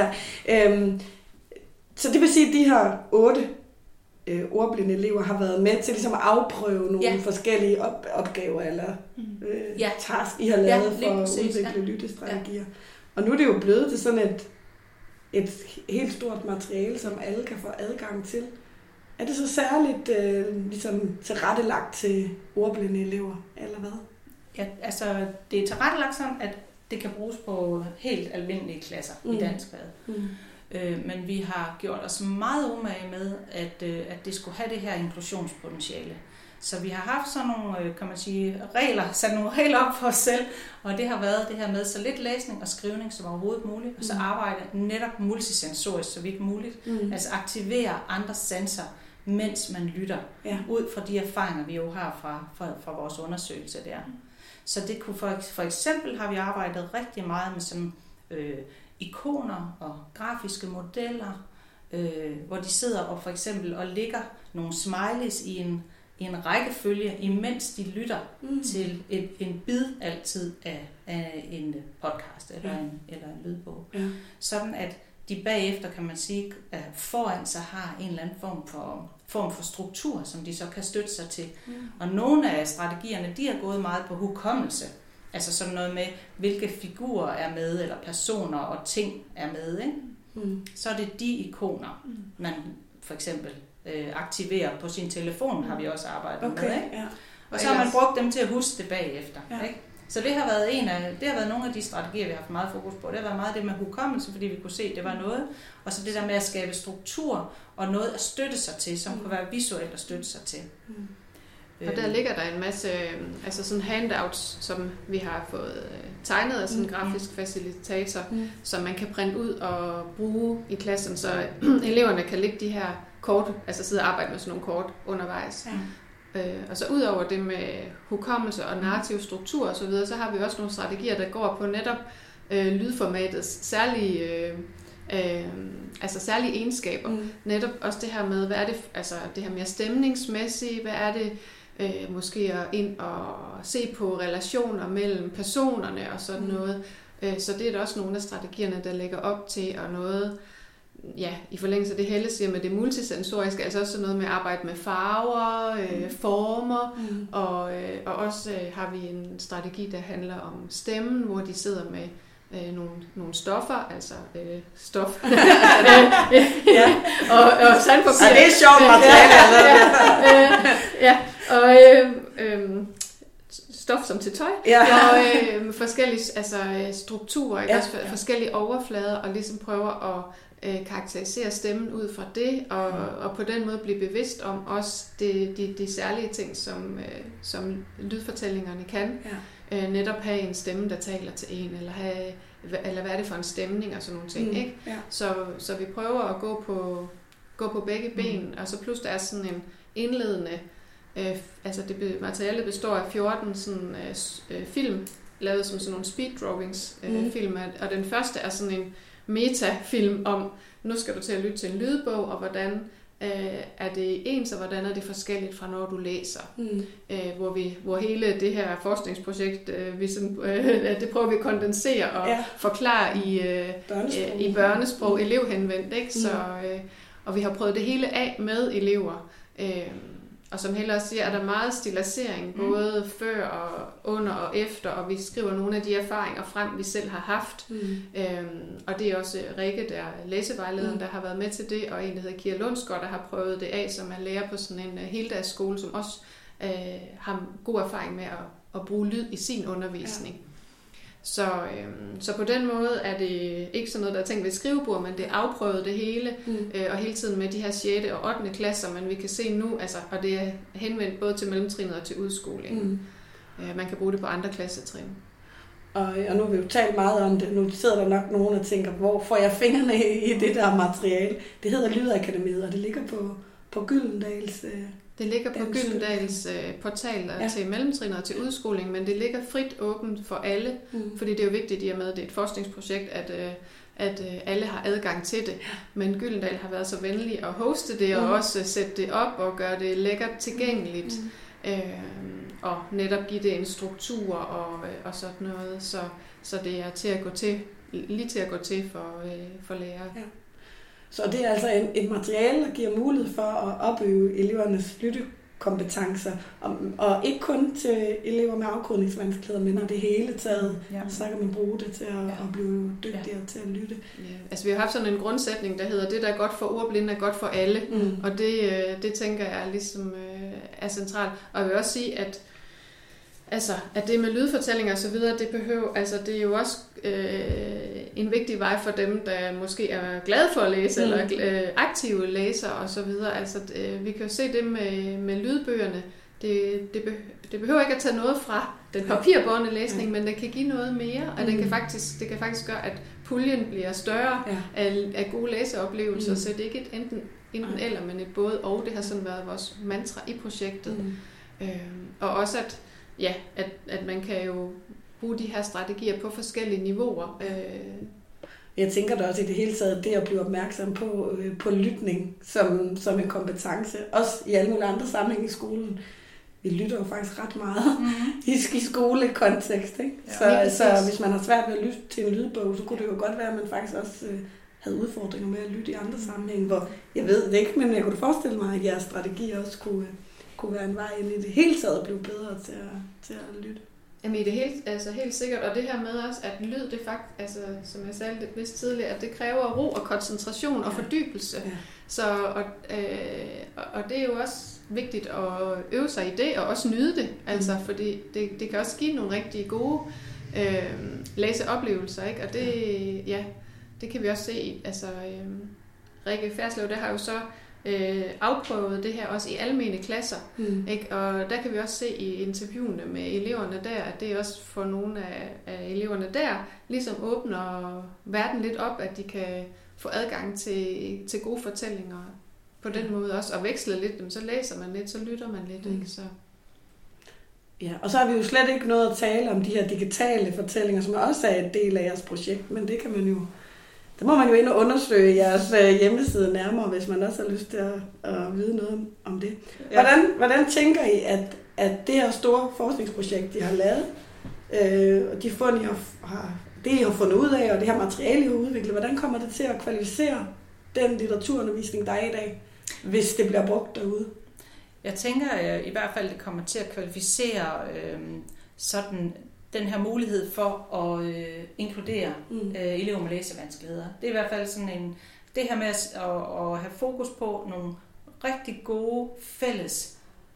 S5: Så det vil sige, at de her 8 ordblinde elever har været med til ligesom at afprøve nogle forskellige opgaver eller tasks, I har lavet for at udvikle lyttestrategier. Og nu er det jo blevet til sådan et helt stort materiale, som alle kan få adgang til. Er det så særligt ligesom tilrettelagt til ordblinde elever, eller hvad?
S3: Ja, altså det er tilrettelagt sådan, at det kan bruges på helt almindelige klasser i danskfaget. Men vi har gjort os meget umage med, at det skulle have det her inklusionspotentiale. Så vi har haft sådan nogle, kan man sige, sat nogle regler op for os selv, og det har været det her med så lidt læsning og skrivning som overhovedet muligt, og så arbejde netop multisensorisk så vidt muligt, altså aktivere andre sanser, mens man lytter, ud fra de erfaringer, vi jo har fra vores undersøgelse der. Så det kunne for eksempel har vi arbejdet rigtig meget med sådan ikoner og grafiske modeller, hvor de sidder og for eksempel og lægger nogle smileys i en rækkefølge, imens de lytter til en bid altid af en podcast eller en lydbog. Ja. Sådan at de bagefter, kan man sige, foran sig har en eller anden form for struktur, som de så kan støtte sig til. Og nogle af strategierne, de er gået meget på hukommelse. Altså sådan noget med, hvilke figurer er med, eller personer og ting er med. Ikke? Så er det de ikoner, man for eksempel aktiverer på sin telefon, har vi også arbejdet med. Ikke? Ja. Og så har man brugt dem til at huske det bagefter. Ja. Ikke? Så det har været nogle af de strategier, vi har haft meget fokus på. Det har været meget det med hukommelse, fordi vi kunne se, at det var noget. Og så det der med at skabe struktur og noget at støtte sig til, som kunne være visuelt at støtte sig til.
S4: Og der ligger der en masse sådan handouts, som vi har fået tegnet af sådan en grafisk facilitator, som man kan printe ud og bruge i klassen, så eleverne kan lægge de her kort, altså sidde og arbejde med sådan nogle kort undervejs. Og så ud over det med hukommelse og narrativ struktur og så videre, så har vi også nogle strategier, der går på netop lydformatets særlige egenskaber. Netop også det her med, hvad er det, altså det her mere stemningsmæssige, hvad er det måske at ind og se på relationer mellem personerne og sådan noget. Så det er da også nogle af strategierne, der lægger op til og noget, ja, i forlængelse af det Helle siger med det multisensoriske, altså også noget med at arbejde med farver, former, og også har vi en strategi, der handler om stemmen, hvor de sidder med nogle stoffer, altså stof. og sandpapir.
S5: Så det er sjovt materiale.
S4: Stof som til tøj, og forskellige strukturer, ikke? Også forskellige overflader, og ligesom prøver at karakterisere stemmen ud fra det, og på den måde blive bevidst om også de særlige ting, som lydfortællingerne kan. Netop have en stemme, der taler til en, eller hvad er det for en stemning og sådan nogle ting. Ikke? Så vi prøver at gå på begge ben, og så plus der er sådan en indledende, altså materialet består af 14 sådan, film, lavet som sådan nogle speed drawings film, og den første er sådan en metafilm om, nu skal du til at lytte til en lydbog, og hvordan er det ens, og hvordan er det forskelligt fra når du læser. Hvor hele det her forskningsprojekt, det prøver vi at kondensere og forklare i børnesprog, elevhenvendt. Ikke? Og vi har prøvet det hele af med elever. Og som Helle også siger, er der meget stilisering, både før og under og efter, og vi skriver nogle af de erfaringer frem, vi selv har haft. Og det er også Rikke, der er læsevejlederen, der har været med til det, og en, der hedder Kira Lundsgaard, der har prøvet det af, som er lærer på sådan en heldagsskole, som også har god erfaring med at bruge lyd i sin undervisning. Så på den måde er det ikke sådan noget, der er tænkt ved skrivebord, men det er afprøvet det hele, og hele tiden med de her 6. og 8. klasser, men vi kan se nu, altså, og det er henvendt både til mellemtrinet og til udskoling. Man kan bruge det på andre klassetrin.
S5: Og nu har vi jo talt meget om det. Nu sidder der nok nogen og tænker, hvor får jeg fingrene i det der materiale? Det hedder Lydakademiet, og det ligger på Gyldendals...
S4: Det ligger på Gyldendals portal til mellemtrinnet og til udskoling, men det ligger frit åbent for alle, fordi det er jo vigtigt i og med, at det er et forskningsprojekt, at alle har adgang til det. Men Gyldendal har været så venlig at hoste det, og også sætte det op og gøre det lækkert tilgængeligt, og netop give det en struktur og sådan noget, så det er til at gå til, lige til at gå til for lærere. Ja.
S5: Så det er altså et materiale, der giver mulighed for at opøve elevernes lyttekompetencer, og ikke kun til elever med afkodningsvanskeligheder, men når det hele taget, så kan man bruge det til at blive dygtigere til at lytte.
S4: Ja. Altså vi har haft sådan en grundsætning, der hedder, det der er godt for ordblinde er godt for alle, og det tænker jeg ligesom er centralt. Og jeg vil også sige, at det med lydfortællinger og så videre, det er jo også en vigtig vej for dem, der måske er glade for at læse, eller aktive læsere og så videre. Altså, vi kan jo se det med lydbøgerne. Det behøver ikke at tage noget fra den papirbårne læsning, men det kan give noget mere, og det kan faktisk gøre, at puljen bliver større af gode læseoplevelser, så det er ikke et enten eller, men et både og. Det har sådan været vores mantra i projektet. Og også at man kan jo bruge de her strategier på forskellige niveauer.
S5: Jeg tænker da også i det hele taget, det at blive opmærksom på lytning som en kompetence, også i alle mulige andre sammenhænge i skolen. Vi lytter jo faktisk ret meget i skolekontekst, ikke? Så hvis man har svært ved at lytte til en lydbog, så kunne det jo godt være, at man faktisk også havde udfordringer med at lytte i andre sammenhænge, hvor jeg ved det ikke, men jeg kunne forestille mig, at jeres strategi også kunne være en vej ind i det hele taget at blive bedre til at lytte.
S4: Jamen i det helt sikkert, og det her med også, at lyd, det faktisk, som jeg sagde lidt tidligere, at det kræver ro og koncentration og fordybelse. Ja. Så, og det er jo også vigtigt at øve sig i det, og også nyde det, fordi det kan også give nogle rigtig gode læseoplevelser, ikke? Og det kan vi også se, Rikke Ferslev, der har jo så afprøvet det her også i almene klasser, ikke? Og der kan vi også se i interviewene med eleverne der, at det også for nogle af eleverne der ligesom åbner verden lidt op, at de kan få adgang til gode fortællinger på den måde også, og veksle lidt, så læser man lidt, så lytter man lidt, ikke? Så.
S5: Ja, og så har vi jo slet ikke noget at tale om de her digitale fortællinger, som også er en del af jeres projekt, men det kan man jo, der må man jo ind og undersøge jeres hjemmeside nærmere, hvis man også har lyst til at vide noget om det. Ja. Hvordan tænker I, at det her store forskningsprojekt, de har lavet, og de fund, I har fundet ud af, og det her materiale, I har udviklet, hvordan kommer det til at kvalificere den litteraturundervisning, der er i dag, hvis det bliver brugt derude?
S3: Jeg tænker i hvert fald, det kommer til at kvalificere sådan den her mulighed for at inkludere elever med læsevanskeligheder. Det er i hvert fald sådan det her med at have fokus på nogle rigtig gode fælles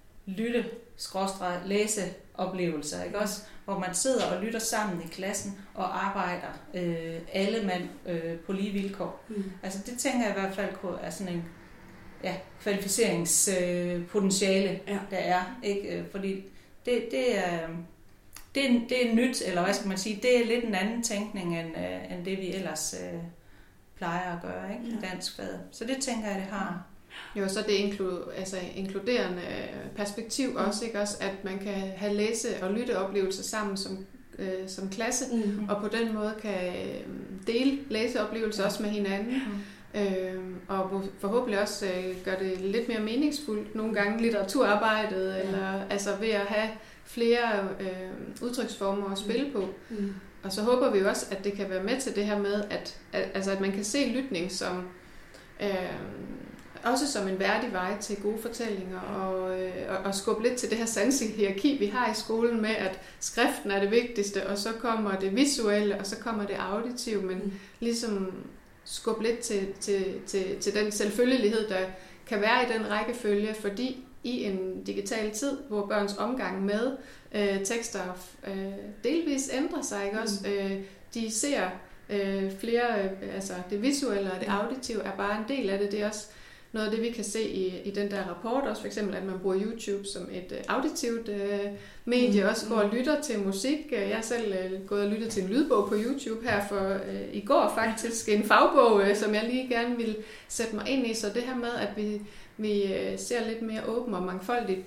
S3: læseoplevelser, ikke også? Hvor man sidder og lytter sammen i klassen og arbejder alle mand på lige vilkår. Altså det tænker jeg i hvert fald er sådan en kvalificeringspotentiale, der er, ikke? Fordi det er nyt, eller hvad skal man sige, det er lidt en anden tænkning end det vi ellers plejer at gøre, ikke? I dansk fag. Så det tænker jeg, det har.
S4: Jo, så det inkluderende perspektiv også, ikke også, at man kan have læse- og lytteoplevelser sammen som klasse, og på den måde kan dele læseoplevelser også med hinanden. Og forhåbentlig også gør det lidt mere meningsfuldt nogle gange litteraturarbejdet, eller altså ved at have flere udtryksformer at spille på. Og så håber vi også, at det kan være med til det her med, at man kan se lytning som også som en værdig vej til gode fortællinger, og skubbe lidt til det her sansehierarki, vi har i skolen med, at skriften er det vigtigste, og så kommer det visuelle, og så kommer det auditive, men ligesom skubbe lidt til den selvfølgelighed, der kan være i den rækkefølge, fordi i en digital tid, hvor børns omgang med tekster delvis ændrer sig, ikke også? De ser flere, altså det visuelle og det auditive er bare en del af det. Det er også noget af det, vi kan se i den der rapport, også for eksempel, at man bruger YouTube som et auditivt medie, også går og lytter til musik. Jeg har selv gået og lyttet til en lydbog på YouTube her for i går faktisk, en fagbog, som jeg lige gerne vil sætte mig ind i. Så det her med, at vi ser lidt mere åben og mangfoldigt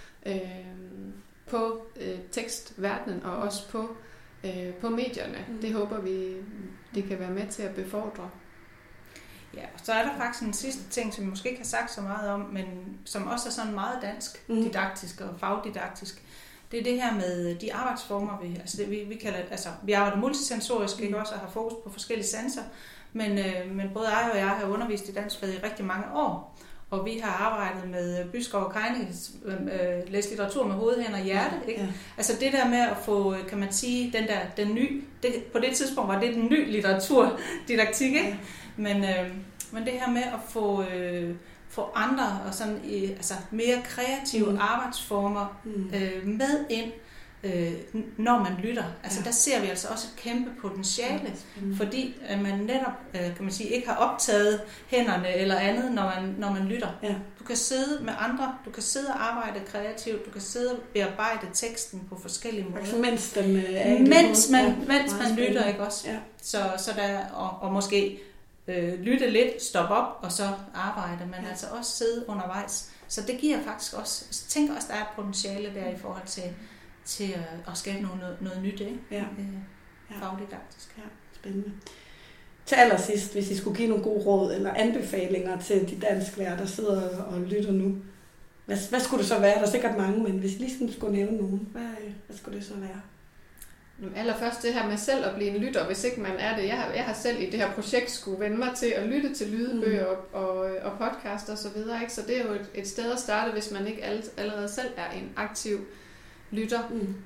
S4: på tekstverdenen og også på medierne. Det håber vi, det kan være med til at befordre.
S3: Ja, og så er der faktisk en sidste ting, som vi måske ikke har sagt så meget om, men som også er sådan meget dansk, didaktisk og fagdidaktisk. Det er det her med de arbejdsformer, vi kalder, altså vi arbejder multisensorisk, ikke også, og har fokus på forskellige sanser, men både jeg og jeg har undervist i dansk i rigtig mange år, og vi har arbejdet med Byskov og Keinis læst litteratur med hoved, hænder og hjerte, ikke? Ja. Altså det der med at få, kan man sige, den nye, på det tidspunkt var det den nye litteraturdidaktik, ikke? Ja. Men det her med at få andre og sådan altså mere kreative arbejdsformer med ind, når man lytter. Altså der ser vi altså også et kæmpe potentiale, fordi man netop, kan man sige, ikke har optaget hænderne eller andet, når man lytter. Ja. Du kan sidde med andre, du kan sidde og arbejde kreativt, du kan sidde og bearbejde teksten på forskellige måder. Mens man lytter, ikke også? Ja. Så der, og måske lytte lidt, stoppe op og så arbejde, men altså også sidde undervejs. Så det giver faktisk også, jeg tænker også, der er et potentiale der i forhold til at skabe noget nyt, ikke? Ja. Fagdidaktisk.
S5: Ja, spændende. Til allersidst, hvis I skulle give nogle gode råd eller anbefalinger til de dansklærere, der sidder og lytter nu, hvad skulle det så være? Der er sikkert mange, men hvis I lige skulle nævne nogen, hvad skulle det så være?
S4: Allerførst det her med selv at blive en lytter, hvis ikke man er det. Jeg har selv i det her projekt skulle vende mig til at lytte til lydbøger og podcast og så videre, ikke? Så det er jo et sted at starte, hvis man ikke allerede selv er en aktiv lytter.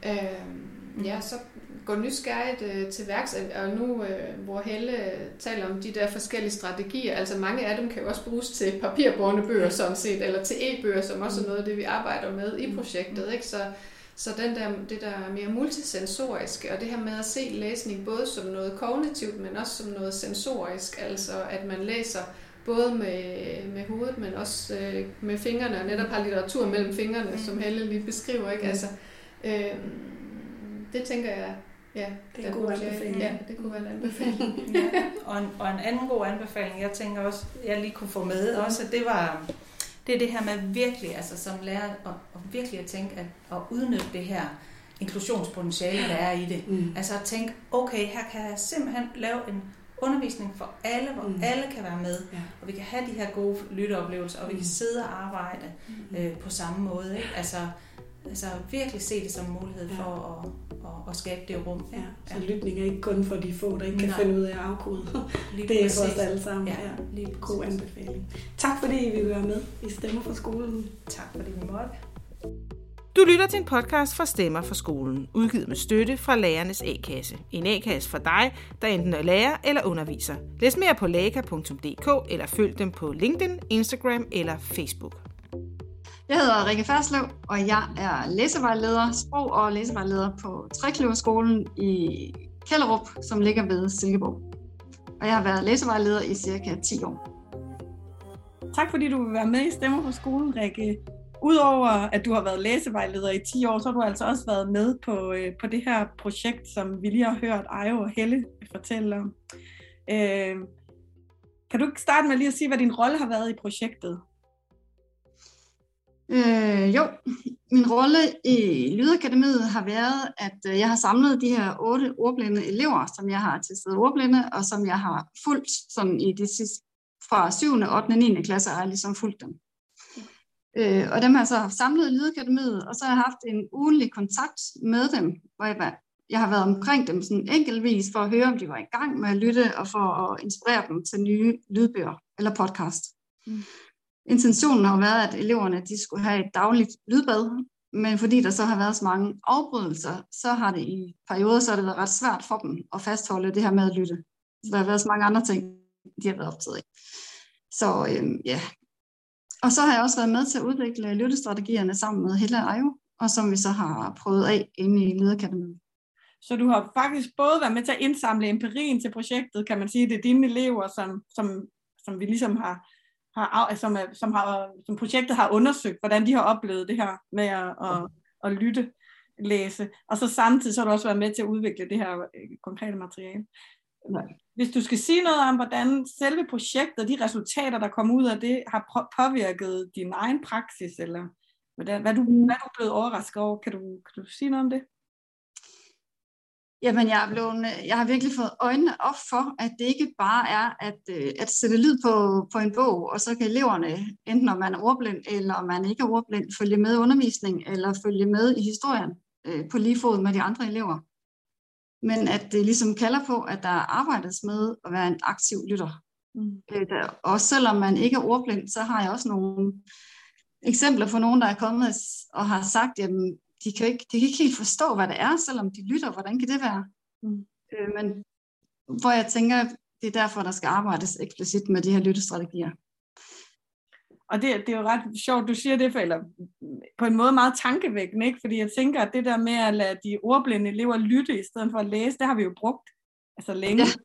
S4: Så gå nysgerrigt til værks, og nu hvor Helle taler om de der forskellige strategier, altså mange af dem kan jo også bruges til papirbårne bøger sådan set, eller til e-bøger, som også er noget af det, vi arbejder med i projektet, ikke? Så det der mere multisensoriske, og det her med at se læsning både som noget kognitivt, men også som noget sensorisk, altså at man læser både med hovedet, men også med fingrene, og netop har litteratur mellem fingrene, som Helle lige beskriver, ikke? Altså, det tænker jeg Ja,
S5: det er en god anbefaling.
S4: Ja, det kunne være en anbefaling.
S3: Ja, og en anden god anbefaling, jeg tænker også, jeg lige kunne få med også, det er det her med virkelig, altså som lærer, og virkelig at tænke, at udnytte det her inklusionspotentiale, der er i det. Altså at tænke, okay, her kan jeg simpelthen lave en undervisning for alle, hvor alle kan være med, og vi kan have de her gode lytteoplevelser, og vi kan sidde og arbejde på samme måde. Ikke? Altså virkelig se det som en mulighed for at skabe det rum.
S5: Ja, så lytning er ikke kun for de få, der ikke kan finde ud af at afkode. Det er for os alle sammen.
S3: Ja, lige
S5: god anbefaling. Tak fordi I vil være med i Stemmer fra skolen.
S3: Tak fordi vi måtte.
S1: Du lytter til en podcast fra Stemmer fra skolen, udgivet med støtte fra Lærernes A-kasse. En A-kasse for dig, der enten er lærer eller underviser. Læs mere på laka.dk eller følg dem på LinkedIn, Instagram eller Facebook.
S6: Jeg hedder Rikke Ferslev, og jeg er læsevejleder, sprog- og læsevejleder på Trekløverskolen i Kjellerup, som ligger ved Silkeborg. Og jeg har været læsevejleder i cirka 10 år.
S2: Tak fordi du vil være med i Stemmer fra skolen, Rikke. Udover at du har været læsevejleder i 10 år, så har du altså også været med på det her projekt, som vi lige har hørt Ajo og Helle fortælle om. Kan du ikke starte med lige at sige, hvad din rolle har været i projektet?
S6: Jo, min rolle i Lydakademiet har været, at jeg har samlet de her 8 ordblinde elever, som jeg har testet ordblinde, og som jeg har fulgt sådan i de sidste, fra 7., 8., og 9. klasse, har jeg ligesom fulgt dem. Og dem har jeg så haft samlet i Lydakademiet, og så har jeg haft en ugentlig kontakt med dem, hvor jeg har været omkring dem sådan enkeltvis for at høre, om de var i gang med at lytte, og for at inspirere dem til nye lydbøger eller podcast. Intentionen har været, at eleverne de skulle have et dagligt lydbad, men fordi der så har været så mange afbrydelser, så har det i perioder så har det været ret svært for dem at fastholde det her med at lytte. Så der har været så mange andre ting, de har været optaget af. Så ja. Og så har jeg også været med til at udvikle lyttestrategierne sammen med Helle og Ajo, og som vi så har prøvet af inde i Lydakademiet.
S2: Så du har faktisk både været med til at indsamle empirien til projektet, kan man sige, det er dine elever, som vi ligesom som projektet har undersøgt, hvordan de har oplevet det her med at lytte, læse, og så samtidig så har du også været med til at udvikle det her konkrete materiale. Hvis du skal sige noget om, hvordan selve projektet, de resultater, der kom ud af det, har påvirket din egen praksis, eller hvad er du blevet overrasket over? Kan du sige noget om det?
S6: Jamen, jeg har virkelig fået øjnene op for, at det ikke bare er at sætte lyd på en bog, og så kan eleverne, enten om man er ordblind, eller om man ikke er ordblind, følge med i undervisning, eller følge med i historien på lige fod med de andre elever. Men at det ligesom kalder på, at der arbejdes med at være en aktiv lytter. Og selvom man ikke er ordblind, så har jeg også nogle eksempler på nogen, der er kommet og har sagt, jamen, de kan ikke helt forstå, hvad det er, selvom de lytter. Hvordan kan det være? Men hvor jeg tænker, det er derfor, der skal arbejdes eksplicit med de her lyttestrategier.
S2: Og det er jo ret sjovt, du siger det, eller på en måde meget tankevækkende, ikke? Fordi jeg tænker, at det der med at lade de ordblinde elever lytte i stedet for at læse, det har vi jo brugt altså længe. Ja.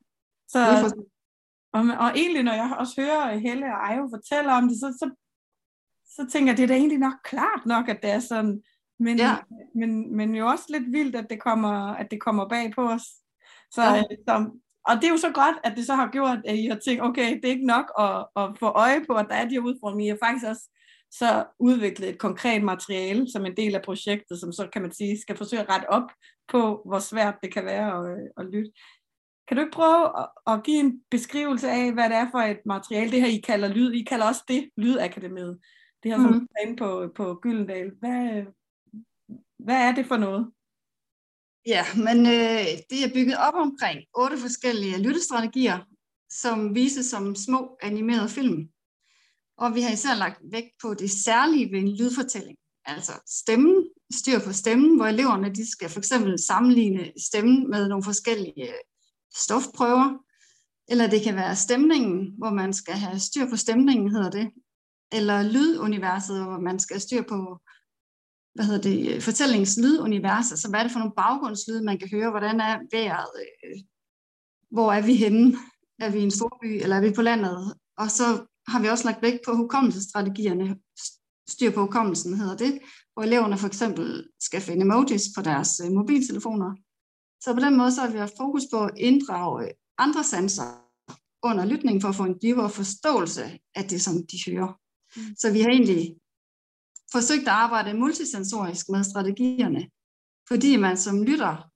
S2: Og egentlig, når jeg også hører Helle og Ajo fortælle om det, så tænker jeg, det er da egentlig nok klart nok, at det er sådan. Men jo også lidt vildt, at det kommer bag på os. Og det er jo så godt, at det så har gjort, at I har tænkt, okay, det er ikke nok at få øje på, at der er de her udfordringer. I har faktisk også så udviklet et konkret materiale som en del af projektet, som så kan man sige, skal forsøge at rette op på, hvor svært det kan være at lytte. Kan du ikke prøve at give en beskrivelse af, hvad det er for et materiale, det her I kalder lyd? I kalder også det Lydakademiet. Det her, som er inde på Gyldendal. Hvad er det for noget?
S6: Ja, men det er bygget op omkring 8 forskellige lyttestrategier, som vises som små animerede film. Og vi har især lagt vægt på det særlige ved en lydfortælling. Altså stemmen, styr på stemmen, hvor eleverne de skal for eksempel sammenligne stemmen med nogle forskellige stofprøver. Eller det kan være stemningen, hvor man skal have styr på stemningen, hedder det. Eller lyduniverset, hvor man skal have styr på fortællingslyduniverser, så hvad er det for nogle baggrundslyde, man kan høre, hvordan er vejret, hvor er vi henne, er vi i en storby, eller er vi på landet, og så har vi også lagt vægt på hukommelsesstrategierne, styr på hukommelsen hedder det, hvor eleverne for eksempel skal finde emojis på deres mobiltelefoner, Så på den måde så har vi haft fokus på at inddrage andre sanser under lytningen for at få en dybere forståelse af det, som de hører. Så vi har egentlig forsøgt at arbejde multisensorisk med strategierne, fordi man som lytter,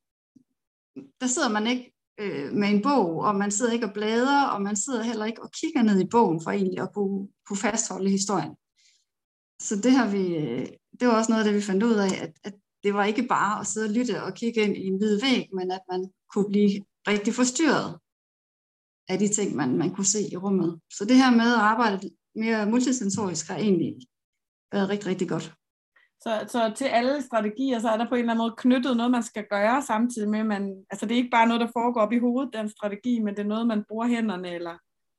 S6: der sidder man ikke med en bog, og man sidder ikke og bladrer, og man sidder heller ikke og kigger ned i bogen for egentlig at kunne fastholde historien. Så det var også noget af det, vi fandt ud af, at det var ikke bare at sidde og lytte og kigge ind i en hvid væg, men at man kunne blive rigtig forstyrret af de ting, man kunne se i rummet. Så det her med at arbejde mere multisensorisk har egentlig været rigtig, rigtig godt.
S2: Så til alle strategier, så er der på en eller anden måde knyttet noget, man skal gøre samtidig med, altså det er ikke bare noget, der foregår op i hovedet, den strategi, men det er noget, man bruger hænderne, eller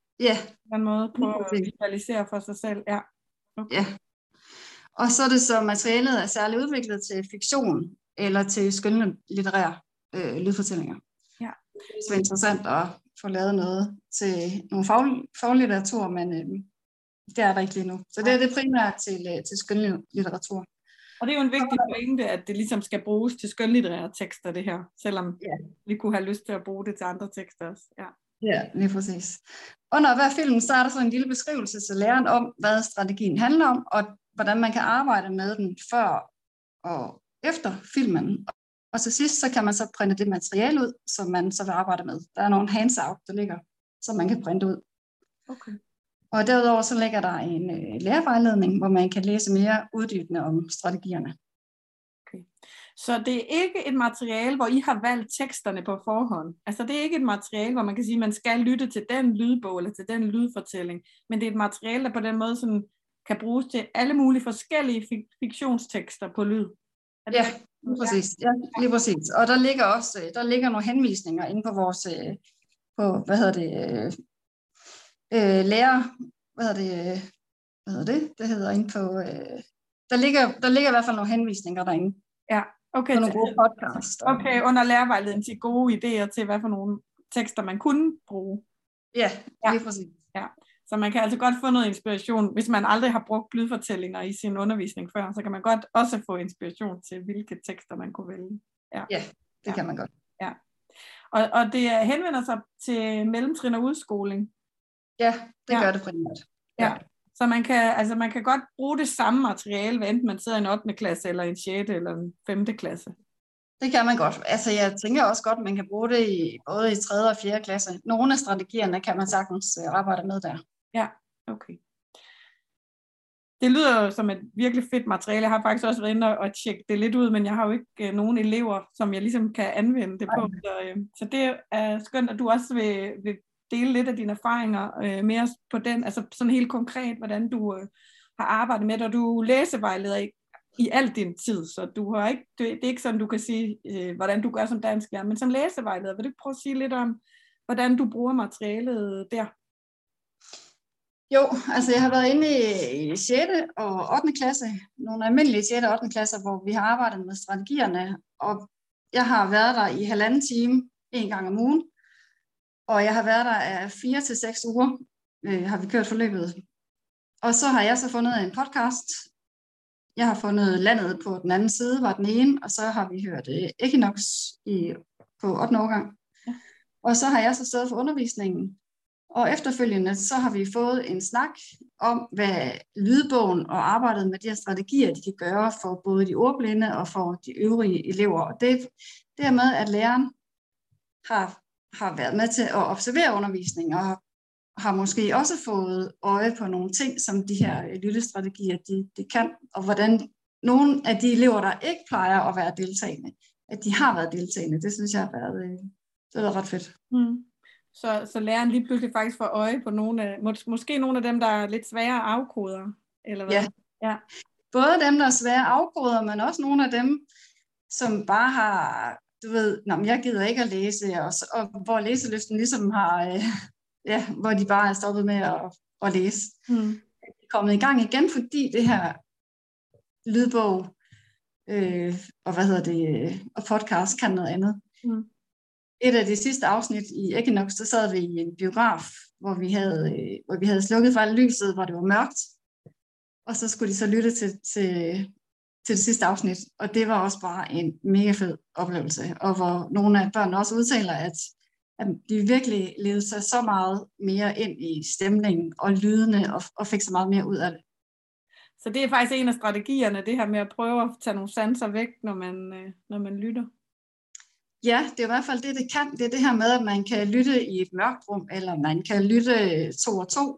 S2: på en måde prøver at visualisere for sig selv. Ja. Okay.
S6: Ja. Og så er det så, materialet er særligt udviklet til fiktion, eller til skønlitterære lydfortællinger.
S2: Ja.
S6: Det er interessant at få lavet noget til nogle faglitteratur, men det er der ikke lige nu. Så det er det primært til skønlitteratur.
S2: Og det er jo en vigtig pointe, at det ligesom skal bruges til skønlitterære tekster, det her, selvom vi kunne have lyst til at bruge det til andre tekster også.
S6: Ja, lige præcis. Under hver film, så er der så en lille beskrivelse til læreren om, hvad strategien handler om, og hvordan man kan arbejde med den før og efter filmen. Og til sidst, så kan man så printe det materiale ud, som man så vil arbejde med. Der er nogle hands-out, der ligger, som man kan printe ud.
S2: Okay.
S6: Og derudover så ligger der en lærervejledning, hvor man kan læse mere uddybende om strategierne.
S2: Okay. Så det er ikke et materiale, hvor I har valgt teksterne på forhånd. Altså det er ikke et materiale, hvor man kan sige, at man skal lytte til den lydbog eller til den lydfortælling. Men det er et materiale, der på den måde sådan, kan bruges til alle mulige forskellige fiktionstekster på lyd.
S6: Ja, lige præcis. Ja, lige præcis. Og der ligger nogle henvisninger inde på vores lærer, det hedder inde på, der ligger i hvert fald nogle henvisninger derinde.
S2: Ja, okay.
S6: På nogle gode podcasts.
S2: Okay, under lærervejledningen til gode idéer til, hvad for nogle tekster man kunne bruge.
S6: Ja, lige præcis.
S2: Ja. Så man kan altså godt få noget inspiration, hvis man aldrig har brugt lydfortællinger i sin undervisning før, så kan man godt også få inspiration til, hvilke tekster man kunne vælge. Ja,
S6: det kan man godt.
S2: Ja. Og det henvender sig til mellemtrin og udskoling.
S6: Ja, det gør det primært.
S2: Ja. Så man kan godt bruge det samme materiale, hvad enten man sidder i en 8. klasse, eller en 6. eller en 5. klasse.
S6: Det kan man godt. Altså jeg tænker også godt, at man kan bruge det både i 3. og 4. klasse. Nogle af strategierne kan man sagtens arbejde med der.
S2: Ja, okay. Det lyder som et virkelig fedt materiale. Jeg har faktisk også været inde og tjekke det lidt ud, men jeg har jo ikke nogen elever, som jeg ligesom kan anvende det på. Så det er skønt, at du også vil dele lidt af dine erfaringer mere på den, altså sådan helt konkret, hvordan du har arbejdet med det, og du læsevejleder i al din tid, så du har ikke, det er ikke sådan, du kan sige, hvordan du gør som dansklærer, men som læsevejleder, vil du prøve at sige lidt om, hvordan du bruger materialet der?
S6: Jo, altså jeg har været inde i 6. og 8. klasse, nogle almindelige 6. og 8. klasser, hvor vi har arbejdet med strategierne, og jeg har været der i 1,5 time 1 gang om ugen, og jeg har været der af 4 til 6 uger, har vi kørt forløbet. Og så har jeg så fundet en podcast. Jeg har fundet Landet på den anden side, var den ene, og så har vi hørt Equinox på 8. årgang. Ja. Og så har jeg så stået for undervisningen. Og efterfølgende så har vi fået en snak om, hvad lydbogen og arbejdet med de her strategier, de kan gøre for både de ordblinde og for de øvrige elever. Og det er med, at læreren har været med til at observere undervisningen, og har måske også fået øje på nogle ting, som de her lyttestrategier, de kan, og hvordan nogle af de elever, der ikke plejer at være deltagende, at de har været deltagende. Det synes jeg har været ret fedt.
S2: Mm. Så læreren lige pludselig faktisk får øje på måske nogle af dem, der er lidt svære afkoder, eller hvad? Ja.
S6: Både dem, der er svære afkoder, men også nogle af dem, som bare har, jeg gider ikke at læse, og hvor læselysten ligesom har, hvor de bare er stoppet med at læse. De er kommet i gang igen, fordi det her lydbog og podcast kan noget andet. Et af de sidste afsnit i Equinox, der sad vi i en biograf, hvor vi havde slukket for alt lyset, hvor det var mørkt. Og så skulle de så lytte til til det sidste afsnit, og det var også bare en mega fed oplevelse, og hvor nogle af børnene også udtaler, at de virkelig levede sig så meget mere ind i stemningen og lydene, og fik så meget mere ud af det.
S2: Så det er faktisk en af strategierne, det her med at prøve at tage nogle sanser væk, når man lytter. Ja, det er i hvert fald det kan. Det er det her med, at man kan lytte i et mørkt rum, eller man kan lytte 2 og 2,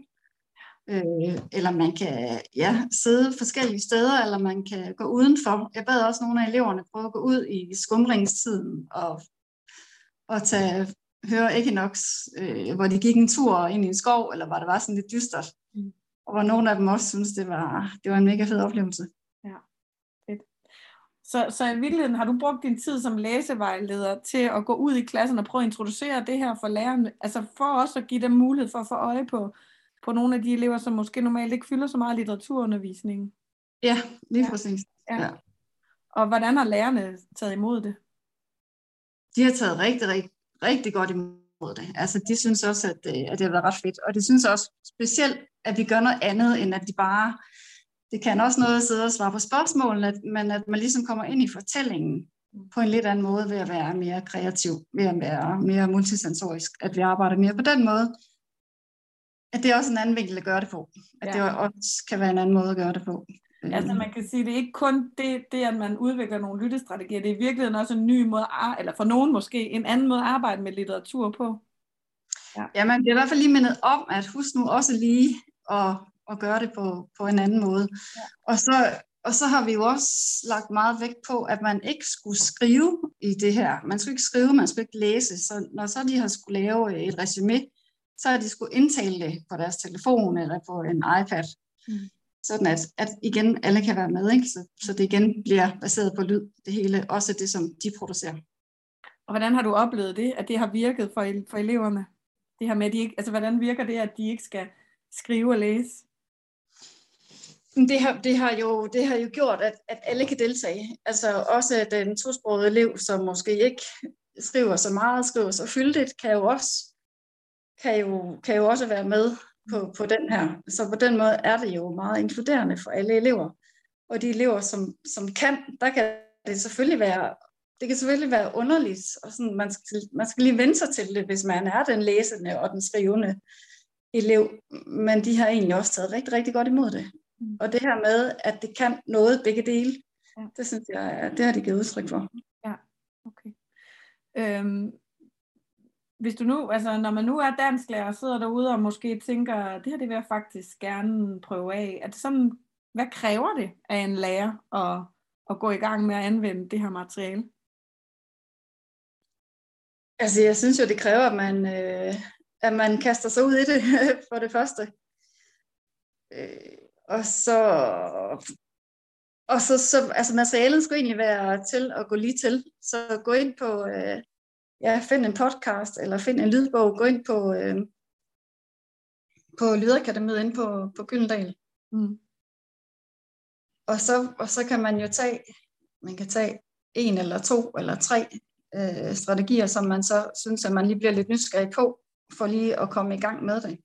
S2: eller man kan sidde forskellige steder, eller man kan gå udenfor. Jeg bad også nogle af eleverne prøve at gå ud i skumringstiden og høre Equinox, hvor de gik en tur ind i en skov, eller hvor det var sådan lidt dystert. Og hvor nogle af dem også synes, det var en mega fed oplevelse. Ja, fedt. Så i virkeligheden har du brugt din tid som læsevejleder til at gå ud i klassen og prøve at introducere det her for lærerne, altså for også at give dem mulighed for at få øje på nogle af de elever, som måske normalt ikke fylder så meget litteraturundervisning. Ja, lige præcis. Ja. Og hvordan har lærerne taget imod det? De har taget rigtig, rigtig, rigtig godt imod det. Altså de synes også, at det har været ret fedt. Og de synes også specielt, at vi gør noget andet, end at de bare... Det kan også noget at sidde og svare på spørgsmålene, men at man ligesom kommer ind i fortællingen på en lidt anden måde ved at være mere kreativ, ved at være mere multisensorisk, at vi arbejder mere på den måde. At det er også en anden vinkel at gøre det på. At det også kan være en anden måde at gøre det på. Altså man kan sige, det er ikke kun det, at man udvikler nogle lyttestrategier, det er i virkeligheden også en ny måde, eller for nogen måske, en anden måde at arbejde med litteratur på. Ja, man bliver i hvert fald lige mindet om, at husk nu også lige at gøre det på en anden måde. Ja. Og så har vi jo også lagt meget vægt på, at man ikke skulle skrive i det her. Man skulle ikke skrive, man skulle ikke læse. Så når så de har skulle lave et resumé, så har de skulle indtale det på deres telefon eller på en iPad. Sådan at igen alle kan være med, ikke? Så det igen bliver baseret på lyd, det hele, også det som de producerer. Og hvordan har du oplevet det, at det har virket for eleverne? Det her med, at de ikke, altså hvordan virker det, at de ikke skal skrive og læse? Det har jo gjort, at alle kan deltage. Altså også den tosprogede elev, som måske ikke skriver så meget, skriver så fyldigt, kan jo også være med på den her. Så på den måde er det jo meget inkluderende for alle elever. Og de elever, som kan, der kan det selvfølgelig være underligt, og sådan, man skal lige vende sig til det, hvis man er den læsende og den skrivende elev. Men de har egentlig også taget rigtig, rigtig godt imod det. Og det her med, at det kan noget begge dele, det synes jeg, det har de givet udtryk for. Ja, okay. Hvis du nu, altså når man nu er dansklærer og sidder derude og måske tænker, det her det vil jeg faktisk gerne prøve af, er det sådan, hvad kræver det af en lærer at gå i gang med at anvende det her materiale? Altså jeg synes jo, det kræver, at man kaster sig ud i det for det første. Og så altså materialet skulle egentlig være til at gå lige til. Så gå ind på, find en podcast, eller find en lydbog, gå ind på Lydakademiet inde på Gyldendal. Og så kan man jo tage 1 eller 2 eller 3 strategier, som man så synes, at man lige bliver lidt nysgerrig på, for lige at komme i gang med det.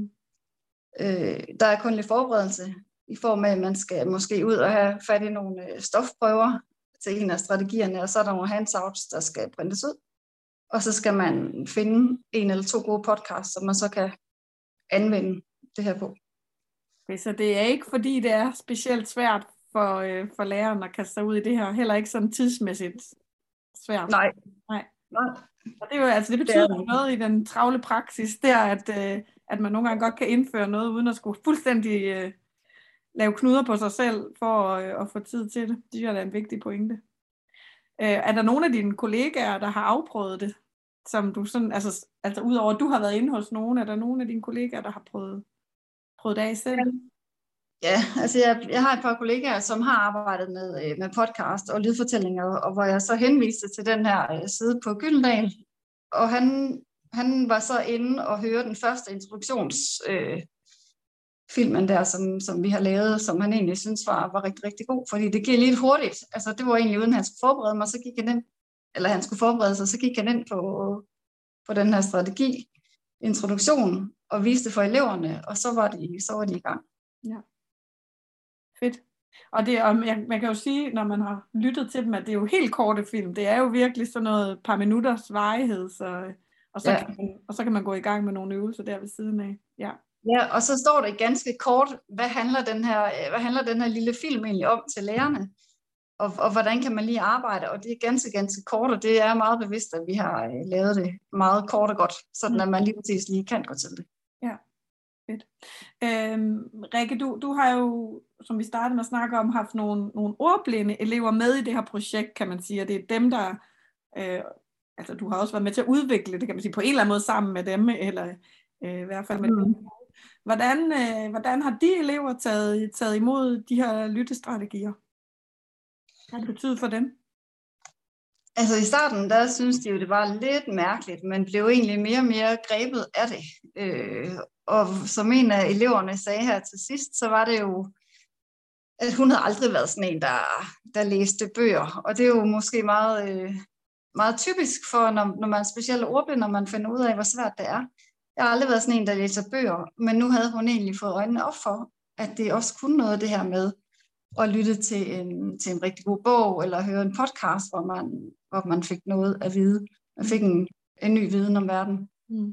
S2: Der er kun lidt forberedelse i form af, at man skal måske ud og have fat i nogle stofprøver til en af strategierne, og så er der nogle handouts, der skal printes ud. Og så skal man finde 1 eller 2 gode podcasts, som man så kan anvende det her på. Okay, så det er ikke fordi, det er specielt svært for læreren at kaste sig ud i det her, heller ikke sådan tidsmæssigt svært? Nej. Og det, er jo, altså, det betyder det noget i den travle praksis, der at man nogle gange godt kan indføre noget, uden at skulle fuldstændig lave knuder på sig selv, for at få tid til det. Det er en vigtig pointe. Er der nogle af dine kollegaer, der har afprøvet det, som du sådan, altså udover at du har været inde hos nogen, er der nogle af dine kollegaer, der har prøvet det af selv? Ja, altså jeg har et par kollegaer, som har arbejdet med podcast og lydfortællinger, og hvor jeg så henviste til den her side på Gyldendal, og han var så inde og høre den første introduktionsfilmen der, som vi har lavet, som han egentlig synes var rigtig, rigtig god, fordi det gik lidt hurtigt. Altså det var egentlig uden han skulle forberede mig, så gik han ind, eller han skulle forberede sig, så gik han ind på den her strategi, introduktion, og viste for eleverne, og så var de i gang. Ja. Fedt. Og man kan jo sige, når man har lyttet til dem, at det er jo helt korte film. Det er jo virkelig sådan noget par minutters varighed, og så kan man gå i gang med nogle øvelser der ved siden af. Ja.
S6: Ja, og så står det ganske kort, hvad handler den her lille film egentlig om til lærerne? Og hvordan kan man lige arbejde? Og det er ganske kort, og det er meget bevidst, at vi har lavet det meget kort og godt, sådan at man lige præcis lige kan gå til det.
S2: Ja, fedt. Rikke, du har jo, som vi startede med at snakke om, haft nogle ordblinde elever med i det her projekt, kan man sige, og det er dem, der, altså du har også været med til at udvikle det, kan man sige, på en eller anden måde sammen med dem, eller i hvert fald med dem. Hvordan har de elever taget imod de her lyttestrategier? Hvad har det betydet for dem?
S6: Altså i starten, der synes de jo, det var lidt mærkeligt, men blev egentlig mere og mere grebet af det. Og som en af eleverne sagde her til sidst, så var det jo, at hun havde aldrig været sådan en, der læste bøger. Og det er jo måske meget typisk for, når man er specielt ordblind, når man finder ud af, hvor svært det er. Jeg har aldrig været sådan en, der læser bøger, men nu havde hun egentlig fået øjnene op for, at det også kunne noget det her med at lytte til en rigtig god bog, eller høre en podcast, hvor man fik noget at vide. Man fik en ny viden om verden.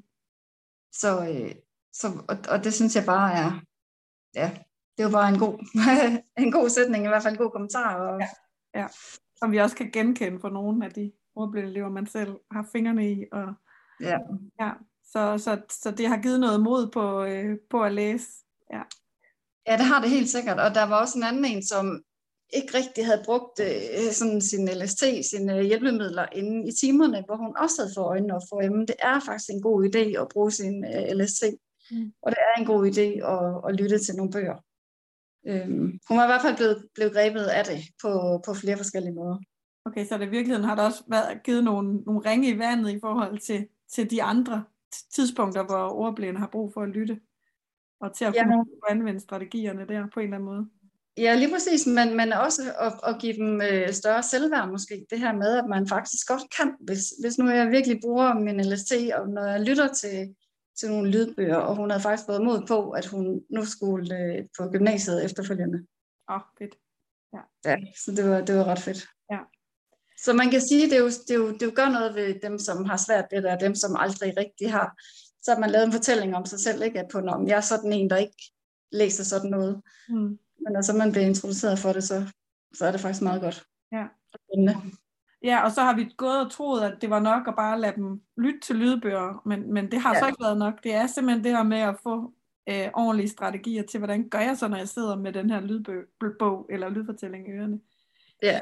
S6: Og det synes jeg bare er, ja, det er jo bare en god sætning, i hvert fald en god kommentar. Og...
S2: Ja, som vi også kan genkende for nogle af de ordblinde elever, man selv har fingrene i. Og, ja. Så det har givet noget mod på at læse. Ja.
S6: Ja, det har det helt sikkert, og der var også en anden en, som ikke rigtig havde brugt sådan sin LST, sine hjælpemidler inde i timerne, hvor hun også havde fået øjnene op for, at det er faktisk en god idé at bruge sin LST, og det er en god idé at lytte til nogle bøger. Hun var i hvert fald blevet grebet af det på flere forskellige måder.
S2: Okay, så i virkeligheden har der også givet nogle ringe i vandet i forhold til de andre tidspunkter, hvor ordblinde har brug for at lytte, og til at kunne anvende strategierne der på en eller anden måde.
S6: Ja, lige præcis, men også at give dem større selvværd måske. Det her med, at man faktisk godt kan, hvis nu jeg virkelig bruger min LST, og når jeg lytter til nogle lydbøger, og hun havde faktisk fået mod på, at hun nu skulle på gymnasiet efterfølgende.
S2: Fedt.
S6: Ja, så det var ret fedt.
S2: Ja.
S6: Så man kan sige, det gør noget ved dem, som har svært ved det, og dem, som aldrig rigtig har. Så har man lavet en fortælling om sig selv, ikke? At jeg er sådan en, der ikke læser sådan noget. Men når så man bliver introduceret for det, så er det faktisk meget godt.
S2: Ja. Ja, og så har vi gået og troet, at det var nok at bare lade dem lytte til lydbøger, men det har så ikke været nok. Det er simpelthen det her med at få ordentlige strategier til, hvordan gør jeg så, når jeg sidder med den her lydbog eller lydfortælling i ørerne.
S6: Ja.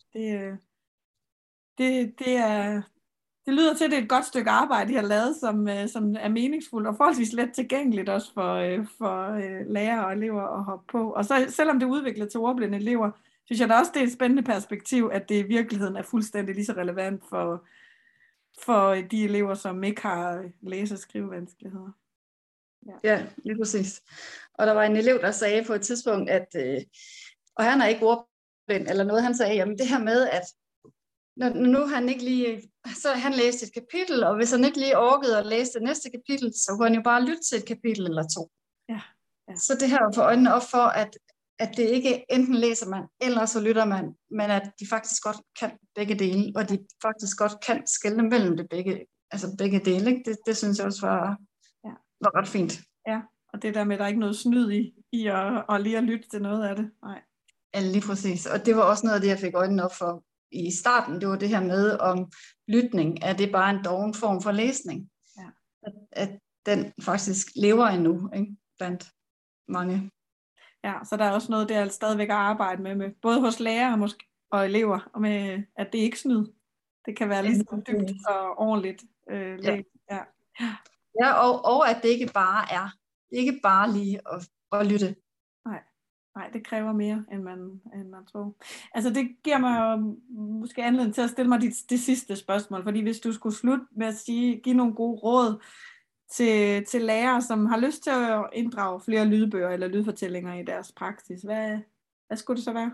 S2: Det lyder til, at det er et godt stykke arbejde, I har lavet, som er meningsfuldt og forholdsvis let tilgængeligt også for lærere og elever at hoppe på. Og så selvom det er udviklet til ordblinde elever, synes jeg da også, det er et spændende perspektiv, at det i virkeligheden er fuldstændig lige så relevant for de elever, som ikke har læse- og skrivevanskeligheder.
S6: Ja, lige præcis. Og der var en elev, der sagde på et tidspunkt, at og han er ikke ordblind eller noget, han sagde, jamen det her med, at når nu han ikke lige, så han læste et kapitel, og hvis han ikke lige orkede at læse det næste kapitel, så kunne han jo bare lytte til et kapitel eller to.
S2: Ja.
S6: Så det her får øjnene op for, at det ikke enten læser man, eller så lytter man, men at de faktisk godt kan begge dele, og de faktisk godt kan skelne mellem det begge dele. Ikke? Det synes jeg også var ret fint.
S2: Ja, og det der med, at der er ikke noget snyd i at lige at lytte til noget af det. Nej.
S6: Ja, lige præcis. Og det var også noget af det, jeg fik øjnene op for i starten. Det var det her med, om lytning, er det bare en doven form for læsning.
S2: Ja.
S6: At den faktisk lever endnu, ikke? Blandt mange.
S2: Ja, så der er også noget der stadigvæk at arbejde med både hos lærere og elever, og med, at det ikke snyd. Det kan være lige så dybt og ordentligt læst.
S6: Ja, og at det ikke bare lige at lytte.
S2: Nej, det kræver mere, end man tror. Altså det giver mig måske anledning til at stille mig det sidste spørgsmål, fordi hvis du skulle slutte med at give nogle gode råd til lærere, som har lyst til at inddrage flere lydbøger eller lydfortællinger i deres praksis, hvad skulle det så være?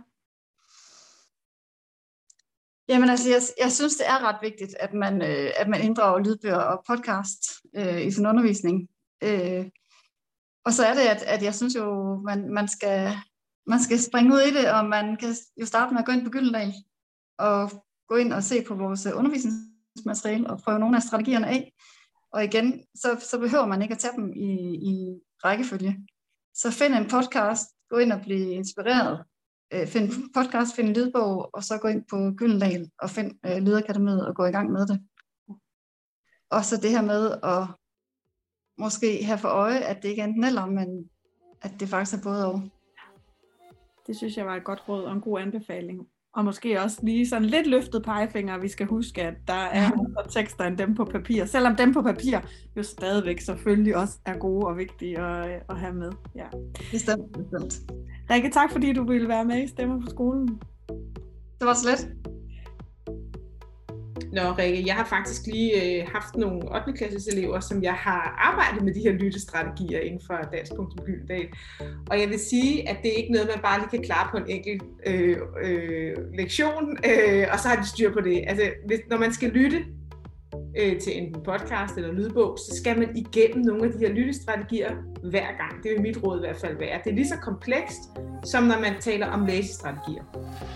S6: Jamen altså, jeg synes, det er ret vigtigt, at man inddrager lydbøger og podcast i sin undervisning. Og så er det, at jeg synes jo, man skal man skal springe ud i det, og man kan jo starte med at gå ind på Gyldendal og gå ind og se på vores undervisningsmateriale og prøve nogle af strategierne af. Og igen, så behøver man ikke at tage dem i rækkefølge. Så find en podcast, gå ind og blive inspireret. Find en podcast, find en lydbog, og så gå ind på Gyldendal og find Lydakademiet og gå i gang med det. Og så det her med at måske have for øje, at det ikke er enten eller, men at det faktisk er både og.
S2: Det synes jeg var et godt råd og en god anbefaling. Og måske også lige sådan lidt løftet pegefinger, vi skal huske, at der er andre tekster end dem på papir. Selvom dem på papir jo stadigvæk selvfølgelig også er gode og vigtige at have med. Ja.
S6: Bestemt.
S2: Rikke, tak fordi du ville være med i Stemmer på skolen.
S6: Det var så let.
S1: Nå, Rikke, jeg har faktisk lige haft nogle 8. klasses elever, som jeg har arbejdet med de her lyttestrategier inden for Dansk.Gyldendal. Og jeg vil sige, at det er ikke noget, man bare lige kan klare på en enkelt lektion, og så har de styr på det. Altså, når man skal lytte til enten podcast eller lydbog, så skal man igennem nogle af de her lyttestrategier hver gang. Det er jo mit råd i hvert fald være. Det er lige så komplekst, som når man taler om læsestrategier.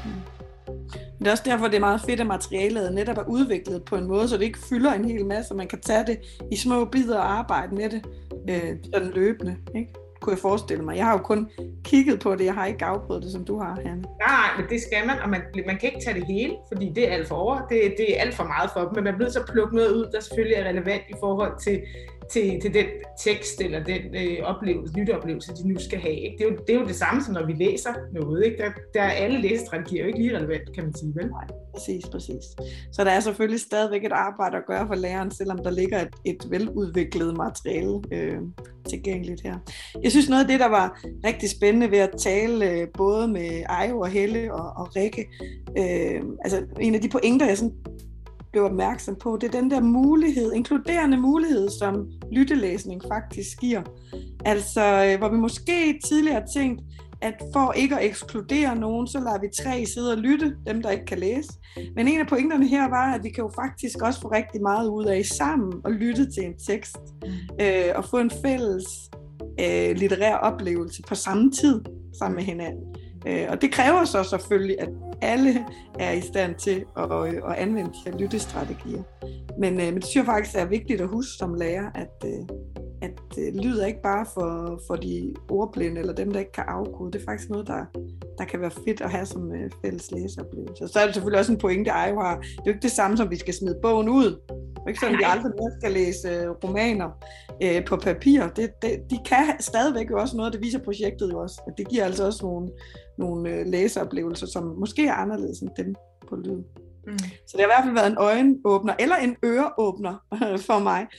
S2: Det er også derfor, det er meget fedt, at materialet netop er udviklet på en måde, så det ikke fylder en hel masse, og man kan tage det i små bidder og arbejde med det sådan løbende, ikke? Kunne jeg forestille mig. Jeg har jo kun kigget på det, jeg har ikke afprøvet det, som du har, Hanne.
S1: Nej, men det skal man, og man kan ikke tage det hele, fordi det er alt for over. Det er alt for meget for dem, men man bliver så plukke noget ud, der selvfølgelig er relevant i forhold til den tekst eller den lytteoplevelse, de nu skal have. Ikke? Det er jo det samme, som når vi læser noget. Ikke? Der er alle læsestrategier jo ikke lige relevant, kan man sige. Vel?
S2: Nej, præcis. Så der er selvfølgelig stadigvæk et arbejde at gøre for læreren, selvom der ligger et veludviklet materiale tilgængeligt her. Jeg synes noget af det, der var rigtig spændende ved at tale både med Ayo og Helle og Rikke, altså en af de pointer, jeg sådan blev opmærksom på, det er den der mulighed, inkluderende mulighed, som lyttelæsning faktisk giver. Altså, hvor vi måske tidligere har tænkt, at for ikke at ekskludere nogen, så lader vi 3 sidde og lytte, dem der ikke kan læse. Men en af pointerne her var, at vi kan jo faktisk også få rigtig meget ud af sammen og lytte til en tekst, og få en fælles litterær oplevelse på samme tid sammen med hinanden. Og det kræver så selvfølgelig, at alle er i stand til at anvende de her lyttestrategier. Men det synes jeg faktisk er vigtigt at huske som lærer, at lyd er ikke bare for de ordblinde eller dem, der ikke kan afkode. Det er faktisk noget, der kan være fedt at have som fælles læseoplevelse. Så er det selvfølgelig også en pointe, Ayo har. Det er jo ikke det samme, som vi skal smide bogen ud. Det er ikke sådan, at vi aldrig mere skal læse romaner på papir. De kan stadigvæk jo også noget, det viser projektet jo også. Det giver altså også nogle læseoplevelser, som måske er anderledes end dem på lyd. Så det har i hvert fald været en øjenåbner, eller en øreåbner for mig,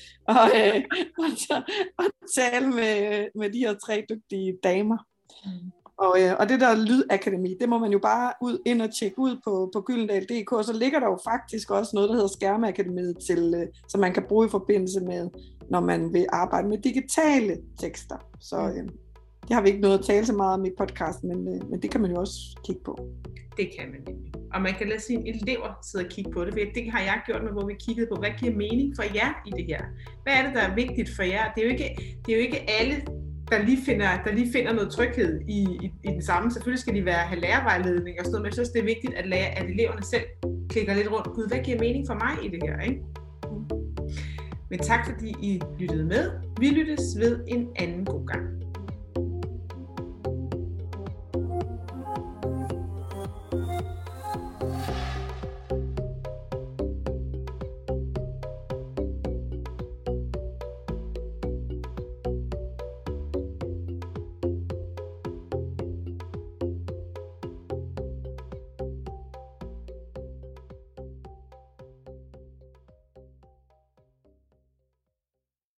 S2: at tale med de her 3 dygtige damer. Og det der Lydakademi, det må man jo bare ind og tjekke ud på gyldendal.dk, og så ligger der jo faktisk også noget, der hedder Skærmeakademiet, som man kan bruge i forbindelse med, når man vil arbejde med digitale tekster. Så det har vi ikke noget at tale så meget om i podcasten, men det kan man jo også kigge på.
S1: Det kan man nemlig. Og man kan lade sine elever sidde og kigge på det. Det har jeg gjort med, hvor vi kiggede på, hvad giver mening for jer i det her? Hvad er det, der er vigtigt for jer? Det er jo ikke alle, der lige finder noget tryghed i den samme. Selvfølgelig skal de have lærervejledning og sådan noget, men jeg synes, det er vigtigt, at eleverne selv klikker lidt rundt. Gud, hvad giver mening for mig i det her? Ikke? Men tak, fordi I lyttede med. Vi lyttes ved en anden god gang.